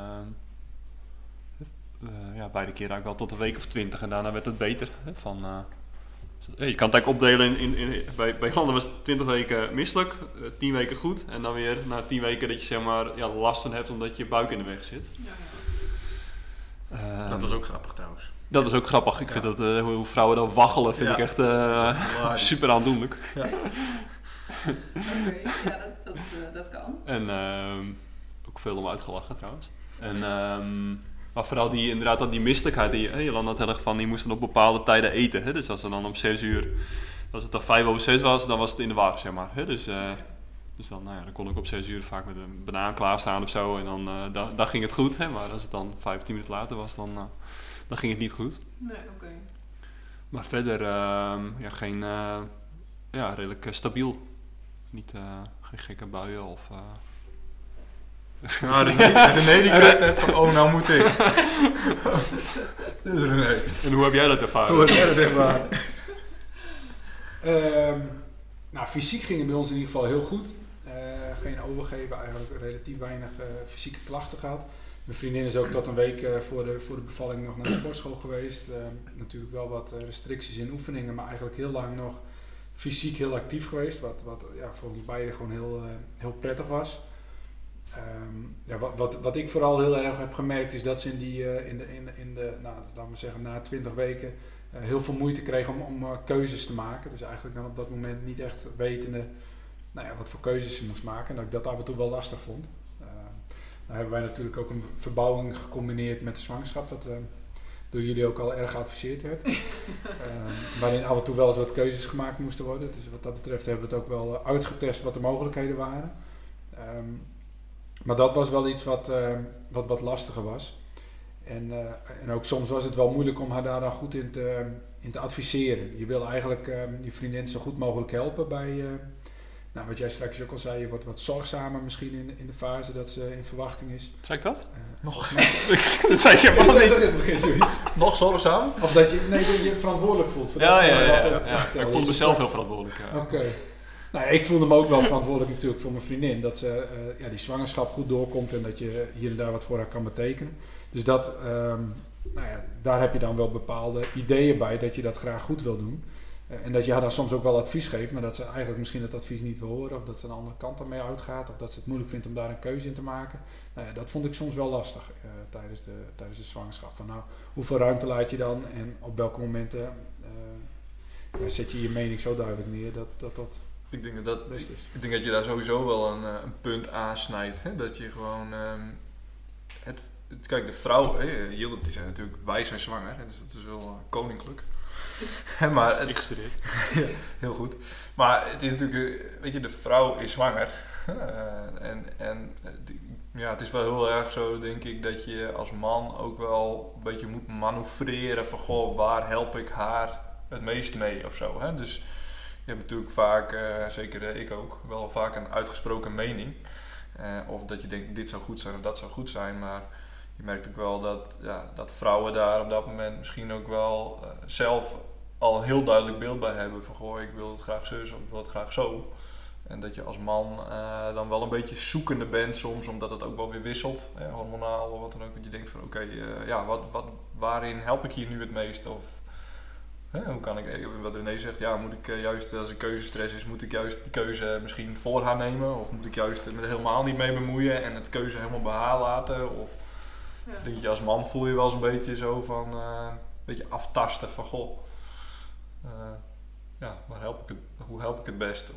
C: uh, ja, beide keren eigenlijk wel tot een week of twintig en daarna werd het beter, hè, van... Uh, Je kan het eigenlijk opdelen in, in, in bij, bij landen was het twintig weken misselijk, tien weken goed en dan weer na tien weken dat je zeg maar ja, last van hebt omdat je buik in de weg zit.
A: Ja, ja.
B: Uh, dat was ook grappig trouwens.
C: Dat was ook grappig. Ik ja. vind dat uh, hoe vrouwen dan waggelen vind ja. ik echt uh, super aandoenlijk.
A: Ja. Oké, okay, ja dat, dat, uh, dat kan.
C: En uh, ook veel om uitgelachen trouwens. En um, maar vooral die, inderdaad, dat die misselijkheid. Je, je land had heel erg van, die moesten op bepaalde tijden eten. Hè? Dus als het dan om zes uur, als het dan vijf over zes was, dan was het in de war, zeg maar. Hè? Dus, uh, dus dan, nou ja, dan kon ik op zes uur vaak met een banaan klaarstaan of zo. En dan, uh, da, dan ging het goed. Hè? Maar als het dan vijf, tien minuten later was, dan, uh, dan ging het niet goed.
A: Nee, oké. Okay.
C: Maar verder, uh, ja, geen, uh, ja, redelijk uh, stabiel. Niet, uh, geen gekke buien of... Uh,
B: Nou, René, René die kijkt net van, oh nou moet ik. Dus René.
C: En hoe heb jij dat ervaren?
B: Hoe heb jij dat ervaren?
D: um, nou, fysiek ging het bij ons in ieder geval heel goed. Uh, geen overgeven, eigenlijk relatief weinig uh, fysieke klachten gehad. Mijn vriendin is ook tot een week uh, voor, de, voor de bevalling nog naar de sportschool geweest. Uh, natuurlijk wel wat uh, restricties in oefeningen, maar eigenlijk heel lang nog fysiek heel actief geweest. Wat, wat ja, voor ons beiden gewoon heel, uh, heel prettig was. Um, ja, wat, wat, wat ik vooral heel erg heb gemerkt is dat ze in, die, uh, in de, in de, in de nou, laten we zeggen, na twintig weken uh, heel veel moeite kregen om, om uh, keuzes te maken. Dus eigenlijk dan op dat moment niet echt wetende nou ja, wat voor keuzes ze moest maken. En dat ik dat af en toe wel lastig vond. Uh, nou hebben wij natuurlijk ook een verbouwing gecombineerd met de zwangerschap. Dat uh, door jullie ook al erg geadviseerd werd. uh, waarin af en toe wel eens wat keuzes gemaakt moesten worden. Dus wat dat betreft hebben we het ook wel uh, uitgetest wat de mogelijkheden waren. Um, Maar dat was wel iets wat, uh, wat, wat lastiger was. En, uh, en ook soms was het wel moeilijk om haar daar dan goed in te, in te adviseren. Je wil eigenlijk uh, je vriendin zo goed mogelijk helpen bij... Uh, nou, wat jij straks ook al zei, je wordt wat zorgzamer misschien in, in de fase dat ze in verwachting is.
C: Zeg ik dat?
B: Uh, Nog?
C: Dat zei je
D: helemaal niet. In het begin zoiets.
B: Nog zorgzaam?
D: Of dat je nee, dat je verantwoordelijk voelt. Voor
C: ja,
D: dat,
C: ja, ja,
D: wat,
C: ja,
D: uh,
C: ja. ja. Ik voelde mezelf heel verantwoordelijk. Ja.
D: Oké. Okay. Nou, ik voelde me ook wel verantwoordelijk natuurlijk voor mijn vriendin. Dat ze uh, ja, die zwangerschap goed doorkomt en dat je hier en daar wat voor haar kan betekenen. Dus dat, um, nou ja, daar heb je dan wel bepaalde ideeën bij dat je dat graag goed wil doen. Uh, en dat je haar dan soms ook wel advies geeft, maar dat ze eigenlijk misschien het advies niet wil horen. Of dat ze een andere kant ermee uitgaat. Of dat ze het moeilijk vindt om daar een keuze in te maken. Nou ja, dat vond ik soms wel lastig uh, tijdens, de, tijdens de zwangerschap. Van nou, hoeveel ruimte laat je dan en op welke momenten uh, ja, zet je je mening zo duidelijk neer dat dat... dat
B: Ik denk dat, ik, ik denk dat je daar sowieso wel een, een punt aansnijdt. Hè? Dat je gewoon... Um, het, kijk, de vrouw... Jilde die zijn natuurlijk... Wij zijn zwanger. Hè? Dus dat is wel uh, koninklijk. maar het,
C: ik gestudeerd.
B: ja, heel goed. Maar het is natuurlijk... Weet je, de vrouw is zwanger. uh, en en die, ja, het is wel heel erg zo, denk ik, dat je als man ook wel een beetje moet manoeuvreren van... Goh, waar help ik haar het meest mee of zo. Hè? Dus... Je hebt natuurlijk vaak, uh, zeker uh, ik ook, wel vaak een uitgesproken mening. Uh, of dat je denkt, dit zou goed zijn of dat zou goed zijn. Maar je merkt ook wel dat, ja, dat vrouwen daar op dat moment misschien ook wel uh, zelf al een heel duidelijk beeld bij hebben. Van goh, ik wil het graag zus of ik wil het graag zo. En dat je als man uh, dan wel een beetje zoekende bent soms, omdat het ook wel weer wisselt. Hè, hormonaal of wat dan ook. Dat je denkt van oké, okay, uh, ja, wat, wat, waarin help ik hier nu het meest? Of, hoe kan ik, wat René zegt, ja, moet ik juist als er keuzestress is, moet ik juist die keuze misschien voor haar nemen? Of moet ik juist me er helemaal niet mee bemoeien en het keuze helemaal bij haar laten? Of ja. Denk je als man voel je wel eens een beetje zo van, uh, een beetje aftasten van goh, uh, ja, waar help ik het, hoe help ik het best?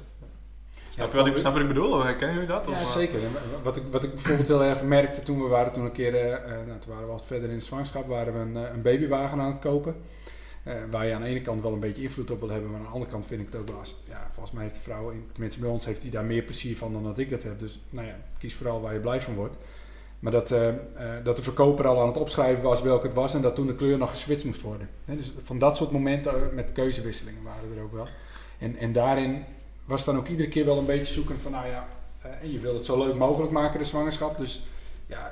B: Ja, snap, je wat ik, snap wat ik bedoel? Of herkennen jullie dat?
D: Ja,
B: of,
D: zeker. Wat ik, wat ik bijvoorbeeld heel erg merkte toen we waren toen een keer, uh, nou, toen waren we wat verder in de zwangerschap, waren we een, een babywagen aan het kopen. Uh, waar je aan de ene kant wel een beetje invloed op wil hebben, maar aan de andere kant vind ik het ook wel als, ja, volgens mij heeft de vrouw, tenminste bij ons heeft hij daar meer plezier van dan dat ik dat heb. Dus nou ja, kies vooral waar je blij van wordt. Maar dat, uh, uh, dat de verkoper al aan het opschrijven was welke het was en dat toen de kleur nog geswitcht moest worden. He, dus van dat soort momenten met keuzewisselingen waren er ook wel. En, en daarin was dan ook iedere keer wel een beetje zoeken van, nou ja, uh, je wil het zo leuk mogelijk maken, de zwangerschap. Dus ja,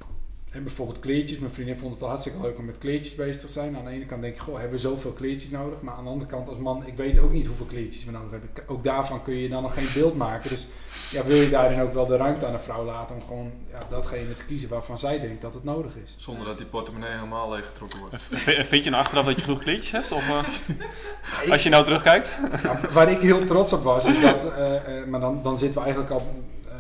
D: en bijvoorbeeld kleertjes. Mijn vriendin vond het al hartstikke leuk om met kleertjes bezig te zijn. Aan de ene kant denk je, goh, hebben we zoveel kleertjes nodig? Maar aan de andere kant als man, ik weet ook niet hoeveel kleertjes we nodig hebben. Ook daarvan kun je dan nog geen beeld maken. Dus ja, wil je daarin ook wel de ruimte aan een vrouw laten om gewoon ja, datgene te kiezen waarvan zij denkt dat het nodig is.
B: Zonder dat die portemonnee helemaal leeggetrokken wordt.
C: Vind je nou achteraf dat je genoeg kleertjes hebt? Of, uh, als je nou terugkijkt?
D: Ja, waar ik heel trots op was, is dat, uh, uh, maar dan, dan zitten we eigenlijk al...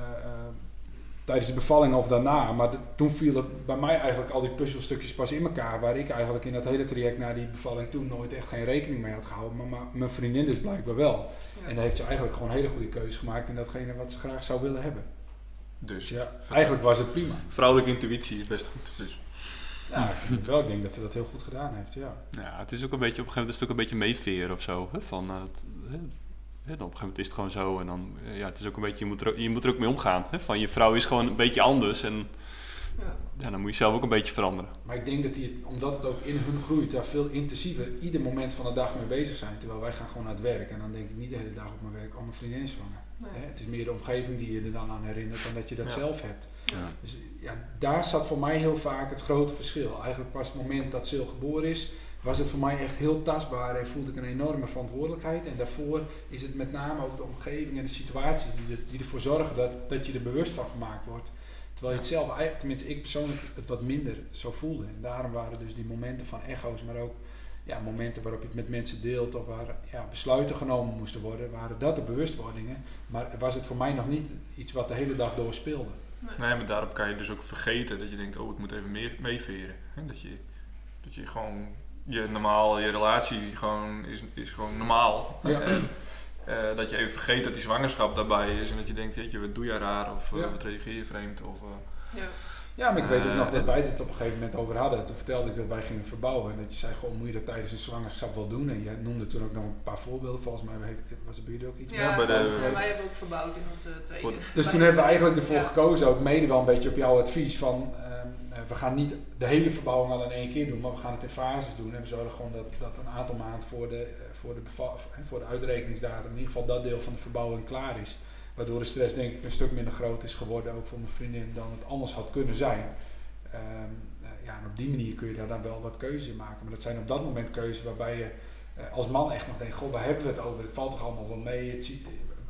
D: tijdens de bevalling of daarna, maar de, toen viel het bij mij eigenlijk al die puzzelstukjes pas in elkaar, waar ik eigenlijk in dat hele traject naar die bevalling toen nooit echt geen rekening mee had gehouden, maar, maar mijn vriendin dus blijkbaar wel. Ja. En dan heeft ze eigenlijk gewoon hele goede keuzes gemaakt in datgene wat ze graag zou willen hebben.
B: Dus
D: ja, eigenlijk was het prima.
B: Vrouwelijke intuïtie is best goed. Dus.
D: Ja, ik vind wel. Ik denk dat ze dat heel goed gedaan heeft, ja.
C: Ja, het is ook een beetje, op een gegeven moment is het ook een beetje meeveren of zo, hè, van... Uh, het, hè, Ja, dan op een gegeven moment is het gewoon zo en dan, ja, het is ook een beetje, je moet er, je moet er ook mee omgaan. Hè? Van je vrouw is gewoon een beetje anders en ja. Ja, dan moet je zelf ook een beetje veranderen.
D: Maar ik denk dat die, omdat het ook in hun groeit, daar veel intensiever ieder moment van de dag mee bezig zijn. Terwijl wij gaan gewoon naar het werk en dan denk ik niet de hele dag op mijn werk, oh mijn vriendin is zwanger. Nee. Hè? Het is meer de omgeving die je er dan aan herinnert dan dat je dat ja. zelf hebt. Ja. Dus ja, daar zat voor mij heel vaak het grote verschil. Eigenlijk pas het moment dat Sil geboren is, was het voor mij echt heel tastbaar en voelde ik een enorme verantwoordelijkheid. En daarvoor is het met name ook de omgeving en de situaties die, er, die ervoor zorgen dat, dat je er bewust van gemaakt wordt. Terwijl je het zelf, tenminste ik persoonlijk, het wat minder zo voelde. En daarom waren dus die momenten van echo's, maar ook ja, momenten waarop je het met mensen deelt of waar ja, besluiten genomen moesten worden, waren dat de bewustwordingen. Maar was het voor mij nog niet iets wat de hele dag door speelde.
B: Nee, nee maar daarop kan je dus ook vergeten dat je denkt, oh ik moet even meer meeveren. Dat je, dat je gewoon... Je normaal, je relatie gewoon is, is gewoon normaal. Ja. En uh, dat je even vergeet dat die zwangerschap daarbij is en dat je denkt, weet je, wat doe jij raar of uh, ja. wat reageer je vreemd of... Uh,
D: ja. ja, maar ik weet ook uh, nog dat wij het op een gegeven moment over hadden. Toen vertelde ik dat wij gingen verbouwen en dat je zei, gewoon moet je dat tijdens een zwangerschap wel doen. En je noemde toen ook nog een paar voorbeelden, volgens mij was er bij jullie ook iets.
E: Ja, ja bij de, ja, wij hebben ook verbouwd in onze tweede.
D: Goed. Dus toen hebben we eigenlijk ervoor ja. gekozen, ook mede wel een beetje op jouw advies van... We gaan niet de hele verbouwing al in één keer doen, maar we gaan het in fases doen. En we zorgen gewoon dat, dat een aantal maanden voor de, voor, de beval, voor de uitrekeningsdatum in ieder geval dat deel van de verbouwing klaar is. Waardoor de stress denk ik een stuk minder groot is geworden, ook voor mijn vriendin, dan het anders had kunnen zijn. Um, uh, ja, en op die manier kun je daar dan wel wat keuzes in maken. Maar dat zijn op dat moment keuzes waarbij je uh, als man echt nog denkt, goh, waar hebben we het over? Het valt toch allemaal wel mee? Het ziet,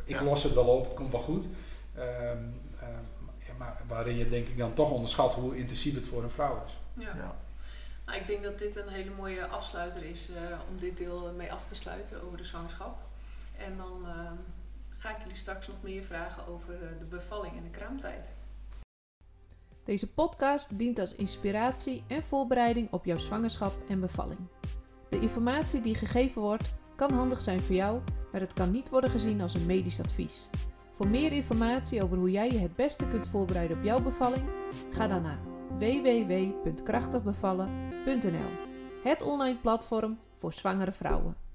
D: ik
B: ja.
D: los het wel op, het komt wel goed. Um, um, ja, maar waarin je denk ik dan toch onderschat hoe intensief het voor een vrouw is.
E: Ja. Ja. Nou, ik denk dat dit een hele mooie afsluiter is uh, om dit deel mee af te sluiten over de zwangerschap. En dan uh, ga ik jullie straks nog meer vragen over uh, de bevalling en de kraamtijd.
A: Deze podcast dient als inspiratie en voorbereiding op jouw zwangerschap en bevalling. De informatie die gegeven wordt kan handig zijn voor jou, maar het kan niet worden gezien als een medisch advies. Voor meer informatie over hoe jij je het beste kunt voorbereiden op jouw bevalling, ga dan naar w w w punt krachtig bevallen punt n l, het online platform voor zwangere vrouwen.